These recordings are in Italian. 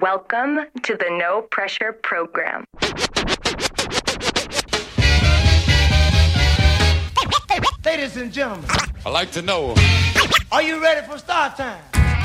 Welcome to the No Pressure Program. Ladies and gentlemen, I'd like to know, are you ready for start time?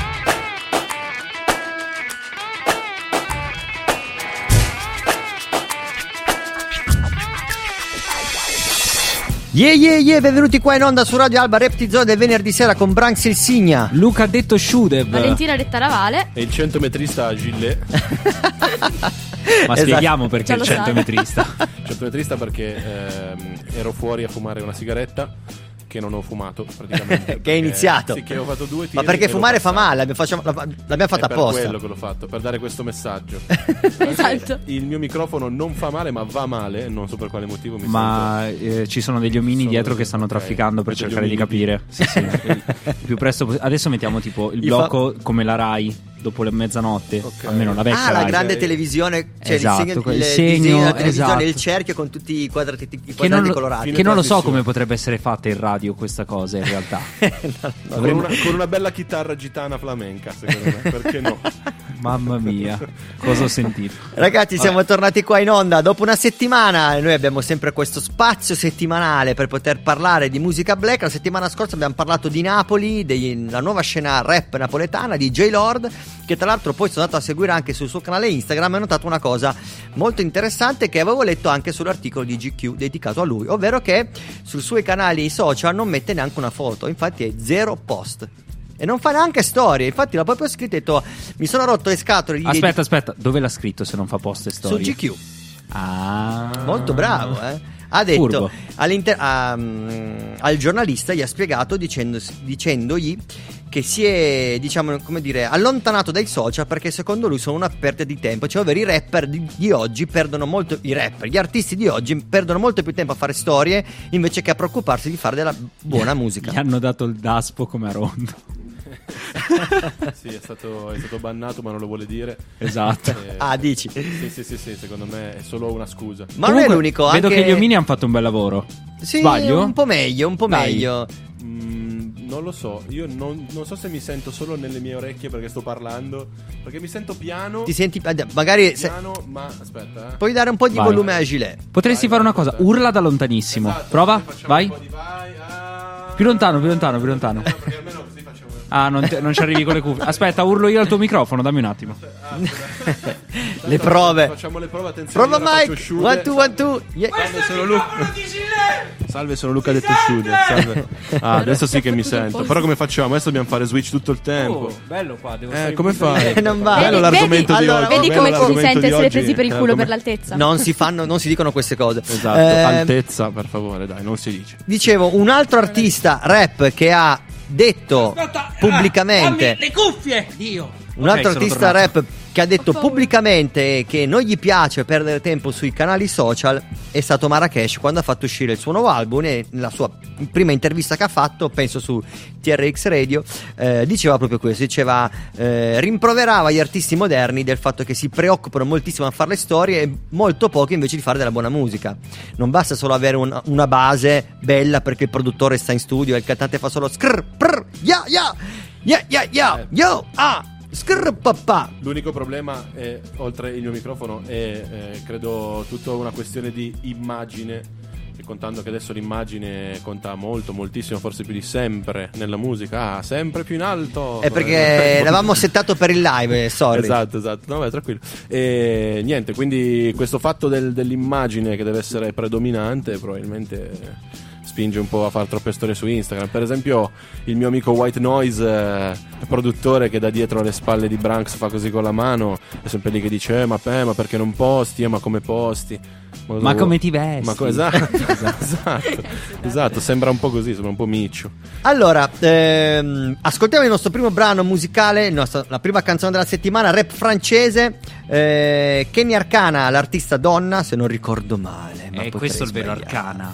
Yeah, benvenuti qua in onda su Radio Alba Reptizone del venerdì sera con Branks il Signa, Luca detto Shudev, Valentina detta Ravale e il centometrista Gillet. Ma spieghiamo perché il centometrista. Il centometrista perché ero fuori a fumare una sigaretta che non ho fumato praticamente. Che è iniziato. Sì, che ho fatto 2 tiri. Ma perché fumare fa male, l'abbiamo fatta apposta. È per quello che l'ho fatto, per dare questo messaggio. Esatto. Il mio microfono non fa male, ma va male, non so per quale motivo. Ci sono degli omini dietro che stanno trafficando per cercare di capire. Sì. Più presto adesso mettiamo tipo il blocco come la Rai dopo le mezzanotte, almeno la vecchia la Rai. grande televisione, cioè esatto, il segno della televisione, esatto. Il cerchio con tutti i quadrati colorati. Che non lo so come potrebbe essere fatta in radio questa cosa in realtà. Con una bella chitarra gitana flamenca, secondo me, perché no? Mamma mia, cosa ho sentito. Ragazzi, siamo tornati qua in onda dopo una settimana e noi abbiamo sempre questo spazio settimanale per poter parlare di musica black. La settimana scorsa abbiamo parlato di Napoli, della nuova scena rap napoletana di J-Lord, che tra l'altro poi sono andato a seguire anche sul suo canale Instagram e ho notato una cosa molto interessante che avevo letto anche sull'articolo di GQ dedicato a lui, ovvero che sui suoi canali social non mette neanche una foto, infatti è 0 post. E non fa neanche storie. Infatti l'ha proprio scritto e detto: mi sono rotto le scatole. Aspetta, dove l'ha scritto se non fa post e storie? Su GQ. Molto bravo, Ha detto al giornalista, gli ha spiegato dicendogli che si è, diciamo, come dire, allontanato dai social perché secondo lui sono una perdita di tempo. Cioè, ovvero i rapper di oggi perdono molto, gli artisti di oggi perdono molto più tempo a fare storie invece che a preoccuparsi di fare della buona musica. Gli hanno dato il daspo come a Rondo. Sì, è stato bannato, ma non lo vuole dire. Esatto. Dici? Sì, secondo me è solo una scusa. Ma comunque, non è l'unico. Vedo anche... che gli omini hanno fatto un bel lavoro. Sì, sbaglio? un po' meglio. Non lo so, io non so se mi sento solo nelle mie orecchie perché sto parlando, perché mi sento piano. Ti senti magari piano, ma aspetta. Puoi dare un po' di volume a Gilet. Potresti fare una cosa, urla da lontanissimo. Esatto, prova, vai. Un po' di Più lontano. perché almeno così facciamo. Non ci arrivi con le cuffie. Aspetta, urlo io al tuo microfono, dammi un attimo. Le prove. Facciamo le prove, attenzione. Prova Mike. 1 2 1 2. Yeah. Salve, sono Luca detto Shudev. Salve. Adesso sì che mi sento. Però come facciamo? Adesso dobbiamo fare switch tutto il tempo. Bello qua, come fai? Non va. Bello l'argomento di oggi. Vedi come ci si sente essere presi per il culo come... per l'altezza. Non si dicono queste cose. Esatto, altezza, per favore, dai, non si dice. Dicevo, un altro artista rap che ha detto pubblicamente le cuffie, Dio. Un altro artista rap che ha detto pubblicamente che non gli piace perdere tempo sui canali social è stato Marrakesh, quando ha fatto uscire il suo nuovo album. E nella sua prima intervista che ha fatto, penso su TRX Radio, diceva proprio questo, rimproverava gli artisti moderni del fatto che si preoccupano moltissimo a fare le storie e molto pochi invece di fare della buona musica. Non basta solo avere una base bella perché il produttore sta in studio e il cantante fa solo skrr, prr, yo, skrr, papà. L'unico problema è, oltre il mio microfono, è credo tutta una questione di immagine, e contando che adesso l'immagine conta moltissimo, forse più di sempre nella musica, sempre più in alto. È perché l'avevamo settato per il live, sorry. Esatto, no, vai, tranquillo. E niente, quindi questo fatto dell'immagine che deve essere predominante probabilmente spinge un po' a fare troppe storie su Instagram. Per esempio il mio amico White Noise, produttore, che da dietro alle spalle di Branks fa così con la mano, è sempre lì che dice ma perché non posti, ma come posti, ma come ti vesti, esatto, sembra un po' così, sembra un po' miccio. Allora, ascoltiamo il nostro primo brano musicale, la prima canzone della settimana, rap francese, Kenny Arcana, l'artista donna, se non ricordo male, ma questo è il vero Arcana.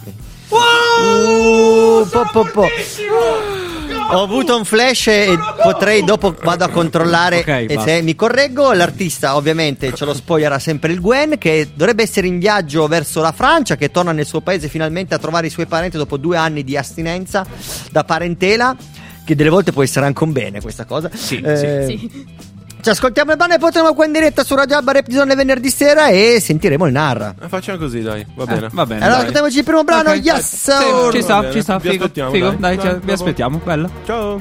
Ho avuto un flash e potrei, dopo vado a controllare, e se mi correggo. L'artista ovviamente ce lo spoilerà sempre il Gwen, che dovrebbe essere in viaggio verso la Francia, che torna nel suo paese finalmente a trovare i suoi parenti dopo 2 anni di astinenza da parentela, che delle volte può essere anche un bene questa cosa. Sì. Ci ascoltiamo il brano e poi torniamo qua in diretta su Radio Alba Rap Zone venerdì sera e sentiremo il Narra. Facciamo così, dai, va bene. Va bene. Allora ascoltiamoci il primo brano, yes! Ci sta, Vi figo, aspettiamo, figo. dai. Dai, vi aspettiamo, bello. Ciao.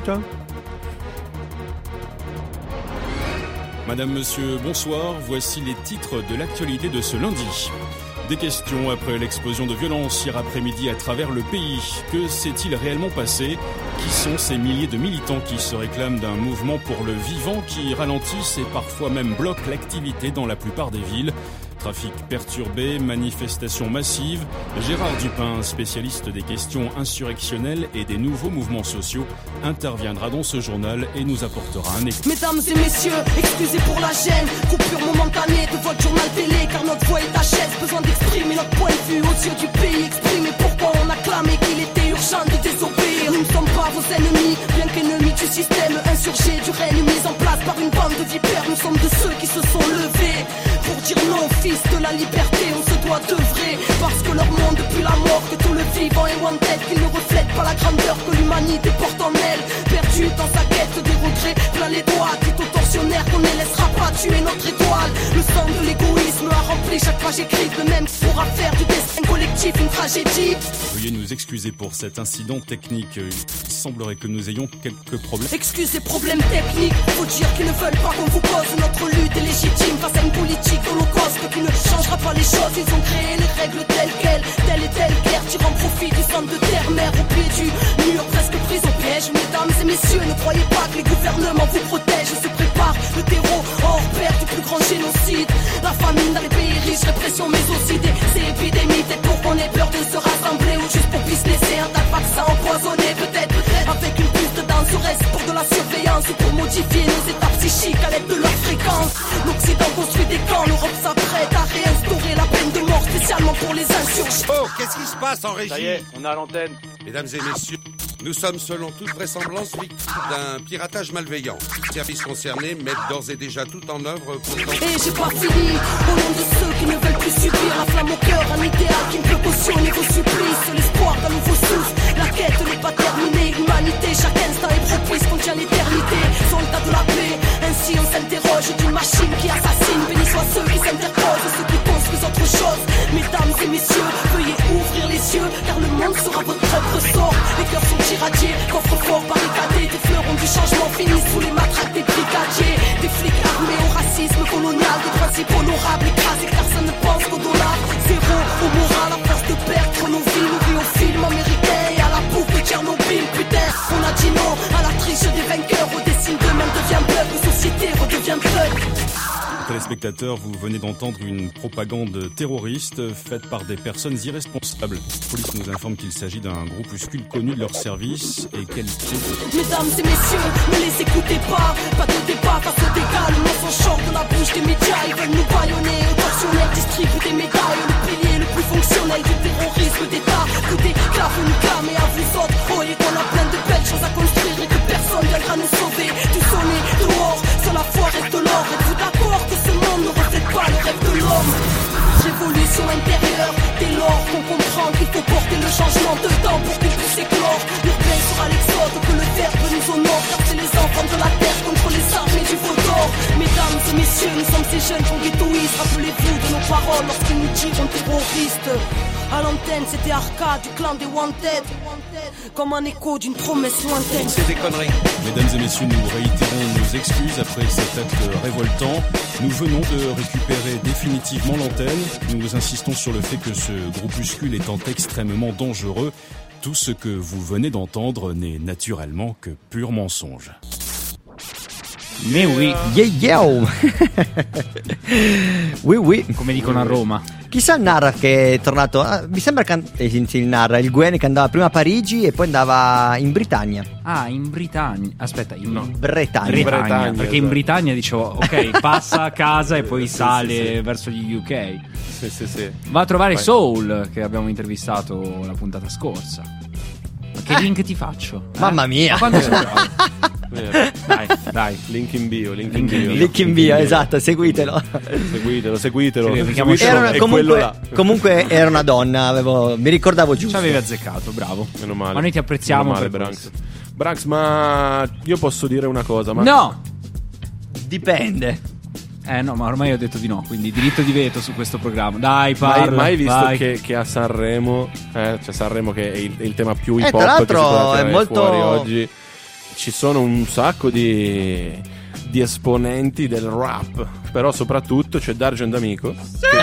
Madame, Monsieur, bonsoir. Voici les titres de l'actualité de ce lundi. Des questions après l'explosion de violence hier après-midi à travers le pays. Que s'est-il réellement passé? Qui sont ces milliers de militants qui se réclament d'un mouvement pour le vivant qui ralentissent et parfois même bloquent l'activité dans la plupart des villes? Trafic perturbé, manifestations massives. Gérard Dupin, spécialiste des questions insurrectionnelles et des nouveaux mouvements sociaux, interviendra dans ce journal et nous apportera un écho. Mesdames et messieurs, excusez pour la gêne, coupure momentanée de votre journal télé, car notre voix est HS, besoin d'exprimer notre point de vue aux yeux du pays, exprimer pourquoi on a clamé qu'il était urgent de désobéir. Nous ne sommes pas vos ennemis, bien qu'ennemis du système insurgé, du règne mis en place par une bande de vipères. Nous sommes de ceux qui se sont levés pour dire non, fils de la liberté, on se doit d'œuvrer, parce que leur monde depuis la mort, que tout le vivant est wanted, qu'ils ne reflètent pas la grandeur que l'humanité porte en elle, perdu dans sa quête des regrets, plein les doigts, dit aux tortionnaires qu'on ne laissera pas tuer notre étoile. Le sang de l'égoïsme a rempli chaque page écrite, le même pourra faire du destin collectif une tragédie. Veuillez nous excuser pour cet incident technique. Il semblerait que nous ayons quelques problèmes. Excusez problèmes techniques, faut dire qu'ils ne veulent pas qu'on vous pose. Notre lutte est légitime face à une politique holocauste qui ne changera pas les choses. Ils ont créé les règles telles quelles, telle et telle guerre, tirant profit du centre de terre-mère au pied du mur, presque pris au piège. Mesdames et messieurs, ne croyez pas que les gouvernements vous protègent. Se prépare le terreau hors pair du plus grand génocide. La famine dans les pays riches, répression mais aussi ces épidémies. Peut-être pour qu'on ait peur de se rassembler ou juste pour businesser un tas de vaccins empoisonnés. Peut-être avec une puce dedans, serait-ce pour de la surveillance ou pour modifier nos états psychiques à l'aide de leur fréquence. L'Occident construit des camps, l'Europe s'apprête à réinstaurer la peine de mort spécialement pour les insurgés. Oh, qu'est-ce qui se passe en régie? Ça y est, on a l'antenne. Mesdames et messieurs, nous sommes selon toute vraisemblance victimes d'un piratage malveillant. Les services concernés mettent d'ores et déjà tout en œuvre pour tenter... Et j'ai pas fini, au nom de ceux qui ne veulent plus subir la flamme au cœur, un idéal qui ne peut cautionner vos supplices, l'espoir d'un nouveau souffle, la quête n'est pas terminée, l'humanité, chaque instant est propice, contient l'éternité, soldats de la paix, ainsi on s'interroge d'une machine qui assassine, bénis soient ceux qui s'interposent, ceux qui construisent autre chose, mesdames et messieurs, veuillez ouvrir les yeux, car le monde sera votre propre sort, les cœurs sont irradiés, coffre-fort barricadés, des fleurons du changement finissent sous les matraques des brigadiers, des flics armés au racisme colonial, des principes honorables écrasés, personne ne pense qu'au dollar, zéro au moral, à force de perdre nos vies, nourris au film américain et à la bouffe de Tchernobyl, putain, on a dit non à la triche des vainqueurs, au dessin d'eux-mêmes devient peuple, société redevient peuple. Téléspectateurs, vous venez d'entendre une propagande terroriste faite par des personnes irresponsables. La police nous informe qu'il s'agit d'un groupuscule connu de leur service et qualité. Mesdames et messieurs, ne les écoutez pas de débat face au dégât, le mensonge sort de la bouche des médias. Ils veulent nous bâillonner, aux tortionnaires distribuent des médailles. Le pilier le plus fonctionnel du terrorisme d'État. Tout éclat, vous nous clamez à vous autres. Croyez qu'on a plein de belles choses à construire et que personne viendra nous sauver. Tout sonner dehors, seule la foi reste l'or. Êtes-vous d'accord que ce monde ne reflète pas le rêve de l'homme? Révolution intérieure, dès lors qu'on comprend qu'il faut porter le changement dedans pour qu'il puisse éclore. L'urbain sera l'exode, que le verbe nous honore, car c'est les enfants de la terre contre les armées du veau d'or. Mesdames et messieurs, nous sommes ces jeunes qu'on ghettoise. Rappelez-vous de nos paroles lorsqu'ils nous diront terroristes. À l'antenne, c'était Arcade du clan des Wanted, comme un écho d'une promesse lointaine. C'est des conneries. Mesdames et messieurs, nous réitérons nos excuses après cet acte révoltant. Nous venons de récupérer définitivement l'antenne. Nous insistons sur le fait que ce groupuscule étant extrêmement dangereux, tout ce que vous venez d'entendre n'est naturellement que pur mensonge. Mais oui. Yeah. Oui. Come dicono a Roma. Chissà il Narra che è tornato. Mi sembra che il Narra, il Gwen che andava prima a Parigi e poi andava in Britannia. Ah, in Britannia. Aspetta, Bretagna. Perché esatto. in Britannia dicevo, ok, passa a casa e poi sale verso gli UK. Sì. Va a trovare Soul, che abbiamo intervistato la puntata scorsa. Ma che link ti faccio? Mamma mia. Ma quando sono bravi? Dai. Link in bio. Link in bio, esatto, seguitelo. Seguitelo. Comunque era una donna, mi ricordavo giusto. Ci avevi azzeccato, bravo. Meno male. Ma noi ti apprezziamo. Meno male, Branks, ma io posso dire una cosa, ma No! Dipende. No, ma ormai ho detto di no, quindi diritto di veto su questo programma. Dai, parla. Mai visto vai. che a Sanremo, cioè Sanremo che è il tema più hip hop tra l'altro che si può è tirare molto fuori oggi, ci sono un sacco di esponenti del rap, però soprattutto c'è Dargen D'Amico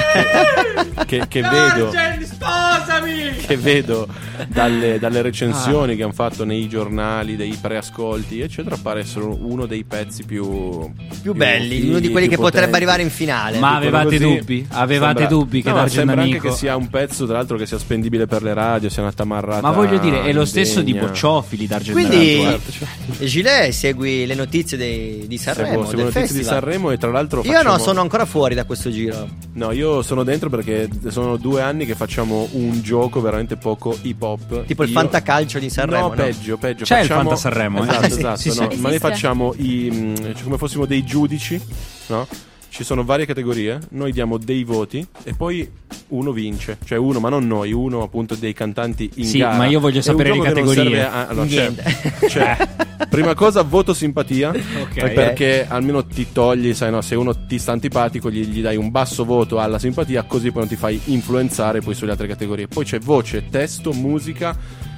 che vedo sposami! che vedo dalle recensioni che hanno fatto nei giornali, dei preascolti eccetera, pare essere uno dei pezzi più belli, fighi, uno di quelli più che potrebbe potenti. arrivare in finale. Ma avevate Così, dubbi? Avevate sembra- dubbi che no, Dargen sembra anche D'Amico... che sia un pezzo tra l'altro che sia spendibile per le radio, sia una tamarrata. Ma voglio dire, è lo stesso di indegna. Bocciofili, Dargen Quindi D'Amico. Gilet, segui le notizie di Sanremo, Seguo del notizie di festival. Sanremo e tra l'altro Io facciamo... no, sono ancora fuori da questo giro. No, io sono dentro perché sono 2 anni che facciamo un gioco veramente poco hip hop. Tipo il fantacalcio di Sanremo, No, no? peggio. C'è il Fanta Sanremo, Esatto, Sì, esatto. sì, no. sì. Ma noi Esiste. facciamo come fossimo dei giudici, no? Ci sono varie categorie, noi diamo dei voti e poi uno vince, cioè uno, ma non noi, uno appunto dei cantanti in Sì, gara. ma io voglio È sapere un le gioco che non categorie. serve allora, Niente. c'è prima cosa voto simpatia, Ok. perché almeno ti togli, sai no, se uno ti sta antipatico gli dai un basso voto alla simpatia, così poi non ti fai influenzare poi sulle altre categorie. Poi c'è voce, testo, musica,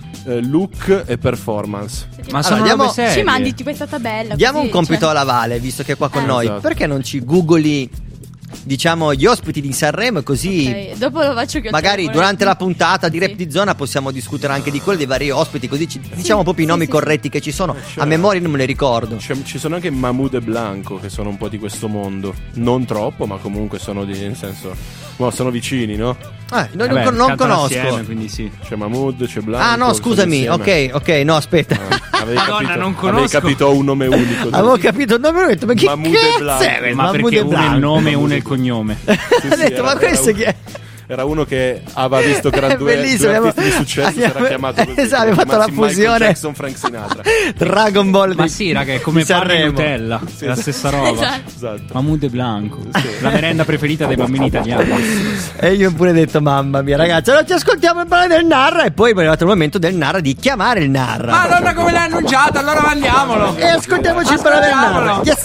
look e performance. Ma Allora, sono andiamo- robe serie. Ci mandi tipo questa tabella. Diamo così, un compito cioè. alla Vale, visto che è qua con noi. Esatto. Perché non ci googoli, diciamo, gli ospiti di Sanremo e così Ok, dopo lo faccio che ho magari il durante la telefono. puntata di Sì. Rap di Zona possiamo discutere anche di quelli dei vari ospiti, così diciamo proprio i nomi sì, corretti che ci sono. Certo. A memoria non me li ricordo. Ci sono anche Mahmood e Blanco che sono un po' di questo mondo, non troppo, ma comunque sono nel senso, sono vicini, no? Non, Vabbè, non cantano conosco. assieme, quindi sì. C'è Mahmood, c'è Blanco. Ah no, sono scusami, insieme. ok, no, aspetta. Avevi Madonna, capito, non avevi conosco. capito un nome unico. no? Avevo capito il nome, ho detto, ma che Mahmood e cazzo Blanco. è questo? Ma Mahmood perché e uno è il Blanco. nome e uno è il cognome. Sì, Ho detto, ma questo era chi è? Era uno che aveva visto che erano due Bellissimo, artisti di successo, si era abbiamo- chiamato così. esatto, abbiamo fatto la Chiamarsi Michael fusione. Jackson, Frank Sinatra. Dragon Ball Ma di- sì, raga, è come di pane e Sanremo. Nutella. È la stessa roba. Esatto. Esatto. Mahmood e Blanco. La merenda preferita dei bambini italiani. E io ho pure detto, mamma mia ragazzi, allora ci ascoltiamo il brano del Narra. E poi è arrivato il momento del Narra di chiamare il Narra. Madonna, come l'hai annunciato? Allora mandiamolo. E ascoltiamoci il brano del Narra. Yes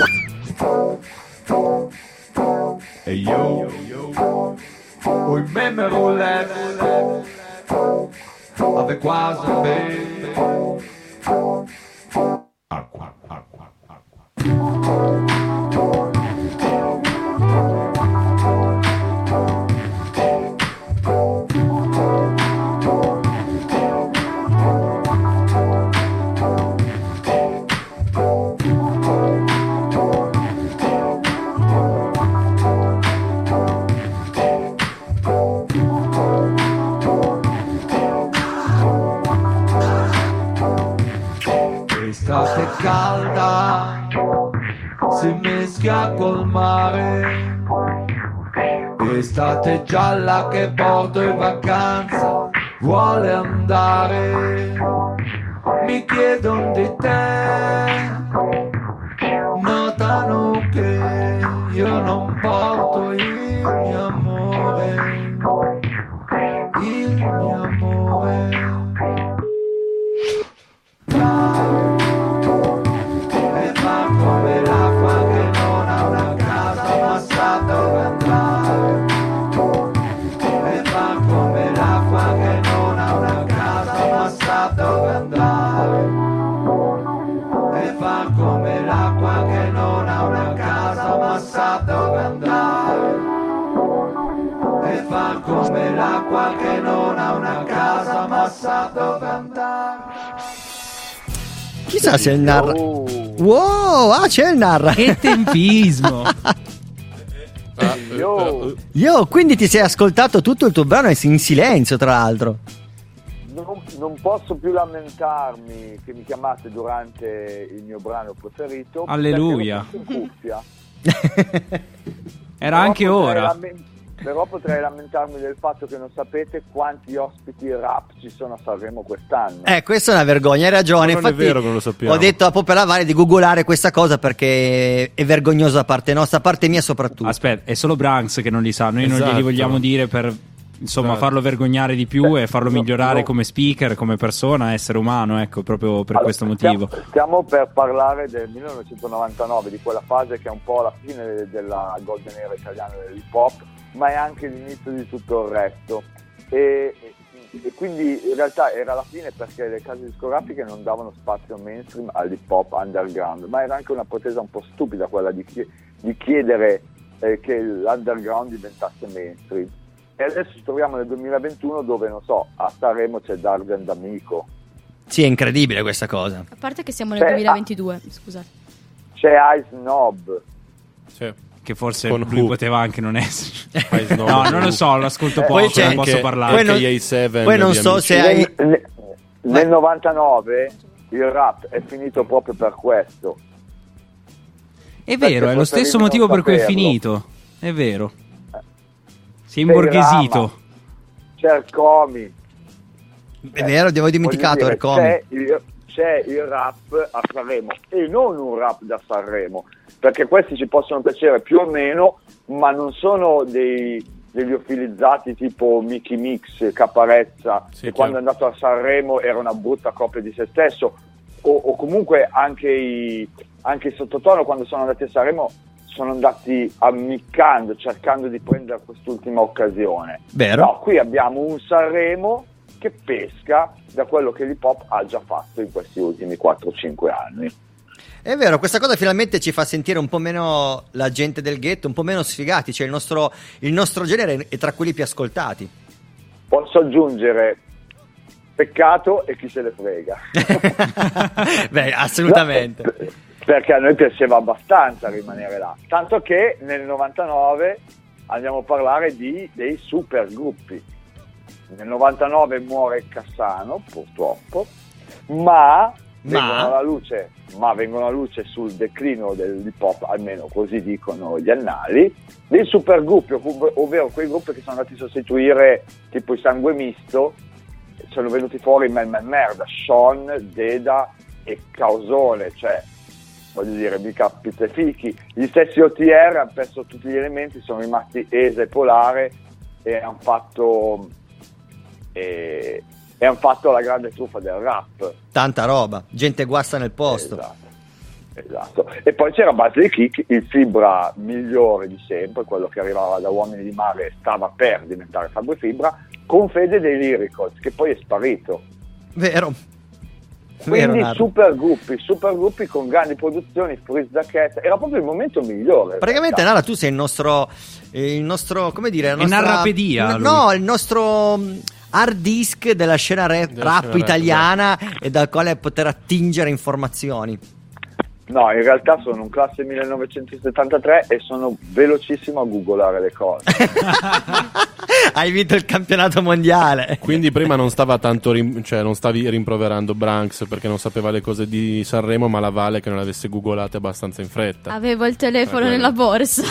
so. Hey yo, oi meme roulette avec quoi ça fait acqua, acqua, acqua. L'estate calda si mischia col mare, estate gialla che porto in vacanza vuole andare. Mi chiedono di te, notano che io non porto il mio amore, il mio amore. E fa come l'acqua che non ha una casa ma sa dove andare. E fa come l'acqua che non ha una casa ma sa dove andare. E fa come l'acqua che non ha una casa ma sa dove andare. E fa come l'acqua che non ha una casa ma sa dove andare. Chissà se il Narra. Wow, c'è il Narra. Che tempismo. Io, quindi ti sei ascoltato tutto il tuo brano in silenzio, tra l'altro. Non posso più lamentarmi che mi chiamate durante il mio brano preferito. Alleluia. perché l'ho fatto in cuffia. Era anche ora. Però potrei lamentarmi del fatto che non sapete quanti ospiti rap ci sono a Sanremo quest'anno. Questa è una vergogna, hai ragione. Ma non è Infatti, vero che non lo sappiamo. ho detto a Poppe Lavare di googolare questa cosa perché è vergognosa da parte nostra, da parte mia soprattutto. Aspetta, è solo Branks che non li sa. Noi non Esatto. glieli vogliamo dire per insomma, farlo vergognare di più e farlo migliorare come speaker, come persona, essere umano, ecco, proprio per questo motivo. Stiamo per parlare del 1999, di quella fase che è un po' la fine della golden era italiana dell'hip hop, ma è anche l'inizio di tutto il resto. E quindi in realtà era la fine, perché le case discografiche non davano spazio mainstream all'hip hop underground, ma era anche una pretesa un po' stupida quella di chiedere che l'underground diventasse mainstream. E adesso ci troviamo nel 2021 dove, non so, a Sanremo c'è Dargen D'Amico. Sì, è incredibile questa cosa. A parte che siamo nel 2022, scusate. C'è Ice Snob. Sì. Che forse Con lui Who. poteva anche non essere. No, non lo so, lo ascolto poco, Poi c'è non posso parlare. Poi non so se hai... Nel 99 il rap è finito proprio per questo. È vero, è lo stesso motivo per cui è finito. È vero. Si è C'è imborghesito. C'è il Comi. È vero, avevo dimenticato il Comi. C'è il rap a Sanremo, e non un rap da Sanremo, perché questi ci possono piacere più o meno, ma non sono degli offilizzati tipo Mickey Mix, Caparezza, che quando è andato a Sanremo era una brutta copia di se stesso, o comunque anche i sottotono quando sono andati a Sanremo sono andati ammiccando, cercando di prendere quest'ultima occasione. Vero? No, qui abbiamo un Sanremo che pesca da quello che l'hip hop ha già fatto in questi ultimi 4-5 anni. È vero, questa cosa finalmente ci fa sentire un po' meno la gente del ghetto, un po' meno sfigati, cioè il nostro genere è tra quelli più ascoltati. Posso aggiungere peccato e chi se ne frega. Beh, assolutamente. Perché a noi piaceva abbastanza rimanere là, tanto che nel 99 andiamo a parlare dei super gruppi. Nel 99 muore Cassano, purtroppo, ma vengono alla luce sul declino dell'hip hop, almeno così dicono gli annali, dei super gruppi, ovvero quei gruppi che sono andati a sostituire tipo i Sangue Misto. Sono venuti fuori Merda, Sean, Deda e Causone, cioè voglio dire, mica pizze fichi. Gli stessi OTR hanno perso tutti gli elementi, sono rimasti Esa e Polare e hanno fatto la grande truffa del rap. Tanta roba, gente guasta nel posto. Esatto. E poi c'era Basley Kick, il Fibra migliore di sempre, quello che arrivava da Uomini di Mare e stava per diventare Fabio Fibra, con Fede dei Lyricals, che poi è sparito. Vero. Quindi super gruppi con grandi produzioni, Freeze da Cat, era proprio il momento migliore. Praticamente Nara, tu sei il nostro come dire, la nostra narrapedia. No, il nostro hard disk della scena rap italiana e dal quale poter attingere informazioni. No, in realtà sono un classe 1973 e sono velocissimo a googolare le cose. Hai vinto il campionato mondiale. Quindi prima non stava tanto non stavi rimproverando Branks perché non sapeva le cose di Sanremo, ma la Vale che non le avesse googolate abbastanza in fretta. Avevo il telefono nella borsa.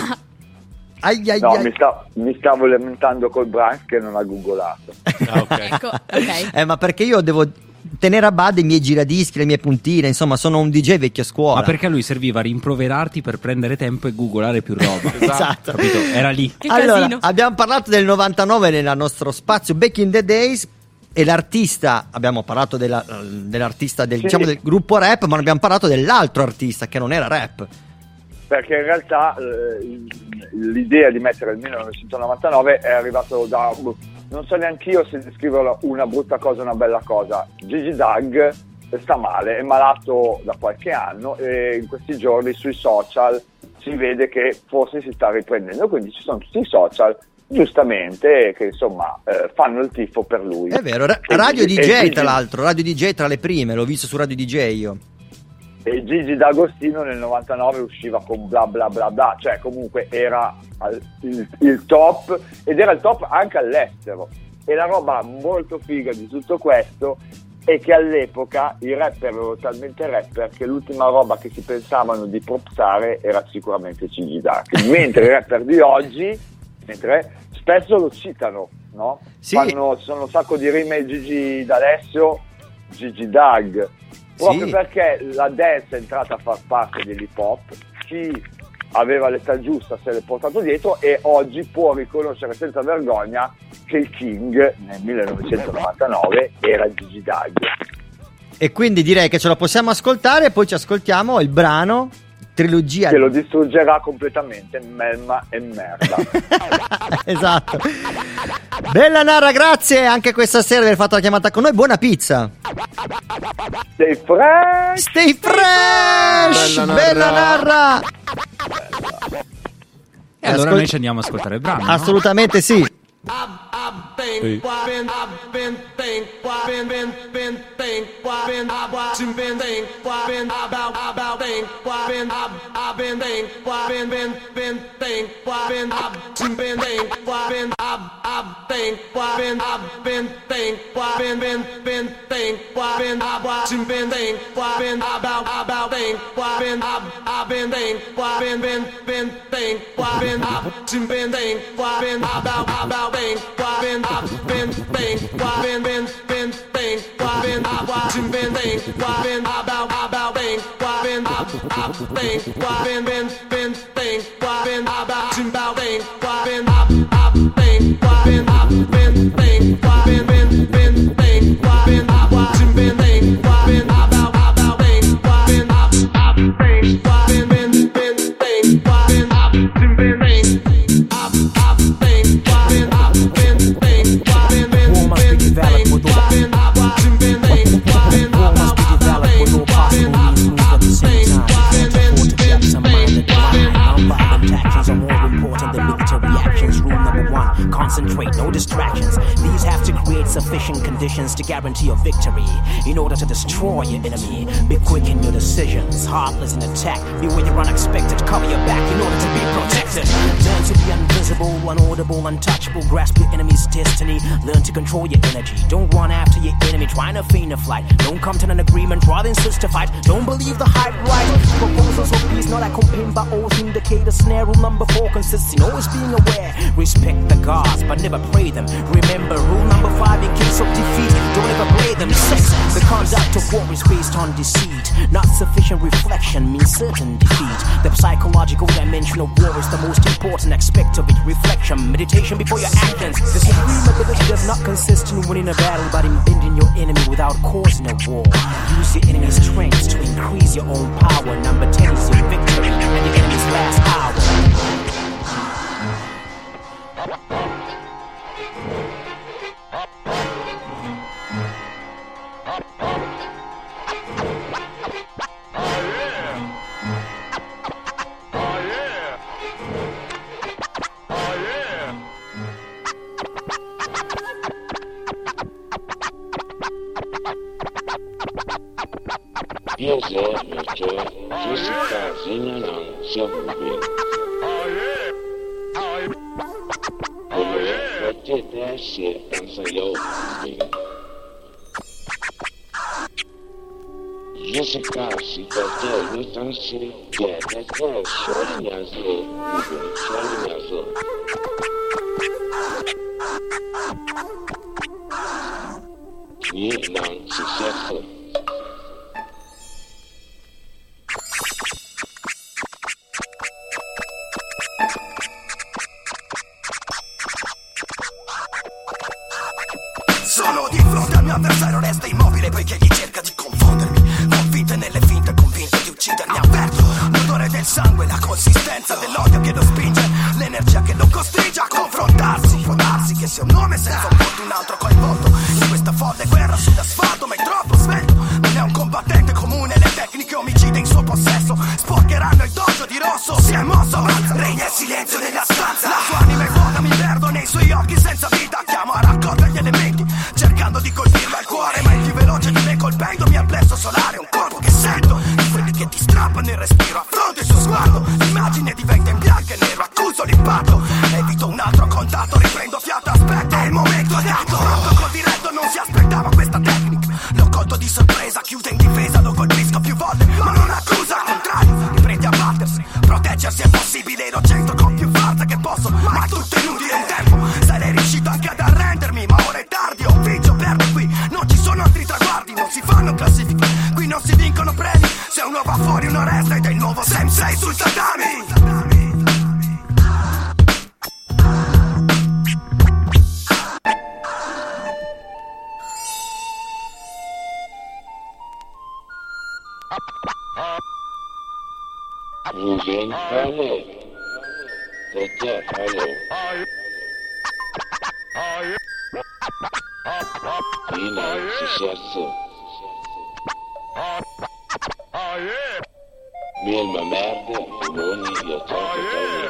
Mi stavo lamentando col Branks che non ha googolato. Okay. Ecco, ok. Ma perché io devo tenere a bada i miei giradischi, le mie puntine, insomma sono un DJ vecchio scuola. Ma perché a lui serviva rimproverarti per prendere tempo e googolare più roba. Esatto. Capito? Era lì. Che allora, casino. abbiamo parlato del 99 nel nostro spazio Back in the Days e l'artista, abbiamo parlato dell'artista del gruppo rap, ma non abbiamo parlato dell'altro artista che non era rap. Perché in realtà l'idea di mettere il 1999 è arrivato da... non so neanch'io se descriverlo una brutta cosa o una bella cosa. Gigi Doug sta male, è malato da qualche anno e in questi giorni sui social si vede che forse si sta riprendendo, quindi ci sono tutti i social giustamente che insomma fanno il tifo per lui. È vero, Radio DJ tra l'altro, Radio DJ tra le prime, l'ho visto su Radio DJ io. E Gigi D'Agostino nel 99 usciva con bla bla bla bla, cioè comunque era il top, ed era il top anche all'estero. E la roba molto figa di tutto questo è che all'epoca i rapper erano talmente rapper che l'ultima roba che si pensavano di propsare era sicuramente Gigi D'Ag, mentre i rapper di oggi spesso lo citano, no? Sì. Sono un sacco di rime ai Gigi D'Alessio, Gigi Doug, proprio perché la dance è entrata a far parte dell'hip hop, chi aveva l'età giusta se l'è portato dietro e oggi può riconoscere senza vergogna che il King nel 1999 era Gigi D'Aglio. E quindi direi che ce lo possiamo ascoltare e poi ci ascoltiamo il brano trilogia che lo distruggerà completamente, Melma e merda. Esatto. Bella Narra, grazie anche questa sera di aver fatto la chiamata con noi. Buona pizza. Stay fresh. Stay fresh. Bella Narra. E allora noi ci andiamo a ascoltare il brano, no? Assolutamente sì. Concentrate, no distractions. These have to create sufficient conditions to guarantee your victory. In order to destroy your enemy, be quick in your decisions. Heartless in attack, beware your unexpected. Cover your back in order to be protected. Learn to be invisible, unaudible, untouchable. Grasp your enemy's destiny. Learn to control your energy. Don't run after your enemy trying to feign a flight. Don't come to an agreement, rather insist to fight. Don't believe the hype, right? Proposals of peace not accompanied by oaths indicate a snare. Rule number 4 consists in always being aware. Respect the gods, but never pray them. Remember rule number 5, in case of defeat, don't ever play them. 6, the conduct of war is based on deceit. Not sufficient reflection means certain defeat. The psychological dimension of war is the most important aspect of it. Reflection, meditation before your actions. The supreme ability does not consist in winning a battle, but in bending your enemy without causing a war. Use your enemy's strengths to increase your own power. Number 10 is your victory and the enemy's last hour. That shit and say, yo, nigga. Jessica, she got that with some shit. Yeah, that's that. Shorty as well. Shorty as well. Yeah, now, successful. Sono di fronte al mio avversario, resta immobile poiché gli cerca di confondermi. Convinte nelle finte, convinto di uccidermi. Avverto l'odore del sangue, la consistenza dell'odio che lo spinge, l'energia che lo costringe a confrontarsi. Può darsi che sia un nome senza un volto, un altro coinvolto in questa folle guerra sull'asfalto, ma è troppo svelto. Non è un combattente comune, le tecniche omicide in suo possesso sporcheranno il dojo di rosso. Si è mosso, regna il silenzio nella stanza. La sua anima è vuota, mi perdo nei suoi occhi senza vita. Chiamo a raccogliere gli elementi, cercando di colpirlo al cuore, ma il più veloce di me colpendomi al plesso solare. Un corpo che sento, di quelli che ti strappano il respiro. Affronto il suo sguardo, l'immagine diventa in bianco e nero. Accuso l'impatto, evito un altro contatto, riprendo fiato, aspetta, è il momento adatto. Pronto col diretto, non si aspettava questa tecnica. L'ho colto di sorpresa, chiude in difesa, lo colpisco più volte, ma non accusa, al contrario, riprende a battersi. Proteggersi è possibile, lo centro con più forza che posso, ma è tutto inutile in tempo. Sarei riuscito anche ad arrendermi, ma ora è tardi, o vincio o perdo qui. Non ci sono altri traguardi, non si fanno classifiche, qui non si vincono premi. Se uno va fuori uno resta ed è il nuovo Sensei sul tatami. Hello. The deaf, hello. Fino successo. Mielma merda, limoni, viaggiate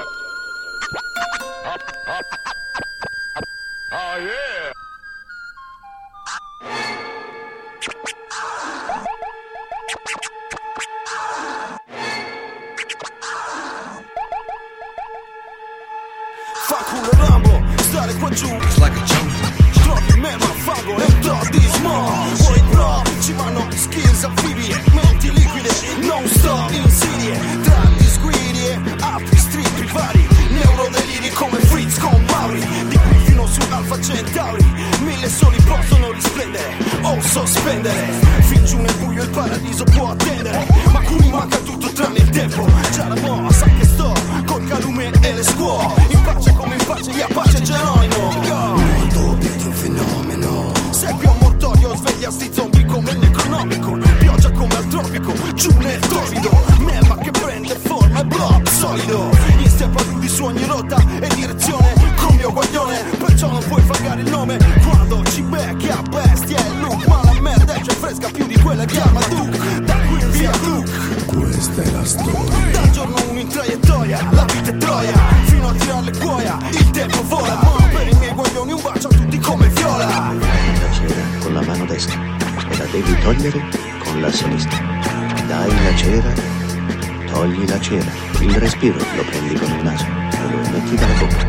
Fa culo Rambo, stare qua giù trovi me ma fango e tordi small. Vuoi provici ma non skills anfibie, menti liquide, non stop insidie. Tra disguidi apri strippi vari, neurodeliri come Fritz con Mauri. Di qui fino su Alpha Centauri, 1000 soli possono risplendere o sospendere. Fin giù nel buio il paradiso può attendere, ma qui manca tutto tranne il tempo. Già la moa sa che sto col calume e le scuole, in pace come in pace gli Apache Geronimo. Molto più di un fenomeno, segui un mortorio, sveglia sti zombie come il Necronomicon. Pioggia come al tropico, giù nel torrido, melma che prende forma e blob solido. In steppa di su ogni rotta e direzione, con mio guaglione, perciò non puoi fagare il nome. Quando ci becchi a bestia e look, ma la merda è già fresca più di quella di Armaduke. Da qui via Luke, questa è la storia. Dal giorno uno in traiettoria, la vita è troia, fino a tirare le cuoia, il tempo vola. Ma per i miei guaglioni un bacio a tutti come viola. La cera con la mano destra e la devi togliere con la sinistra. Dai la cera, togli la cera. Il respiro lo prendi con il naso e lo emetti dalla bocca.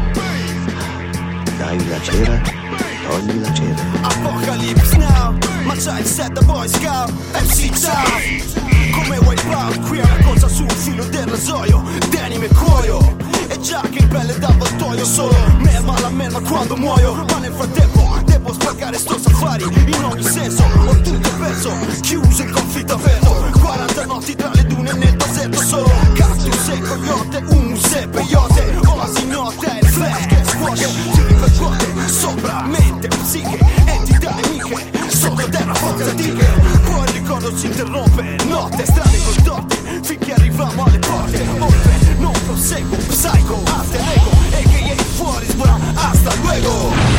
Dai la cera, togli la cera. Apocalypse now, ma c'hai il set da Boy Scout, MC Ciao. Come Wipeout, qui è una cosa sul filo del rasoio, denim e cuoio. E già che in pelle d'avvoltoio, solo merma la merma quando muoio. Ma nel frattempo devo spaccare sto safari in ogni senso, ho tutto perso, chiuso in conflitto aperto. 40 notti tra le dune nel deserto, solo cactus e coyote, humus e peyote. Oasi notte, il flash che scuote, si ripercuote sopra mente, psiche, entità nemiche, sotto terra forze antiche. Poi il ricordo si interrompe, notte, strade col dotte, finché arriviamo alle porte. Oltre, non proseguo, psycho, alter ego, a.k.a. fuori sbra, hasta luego.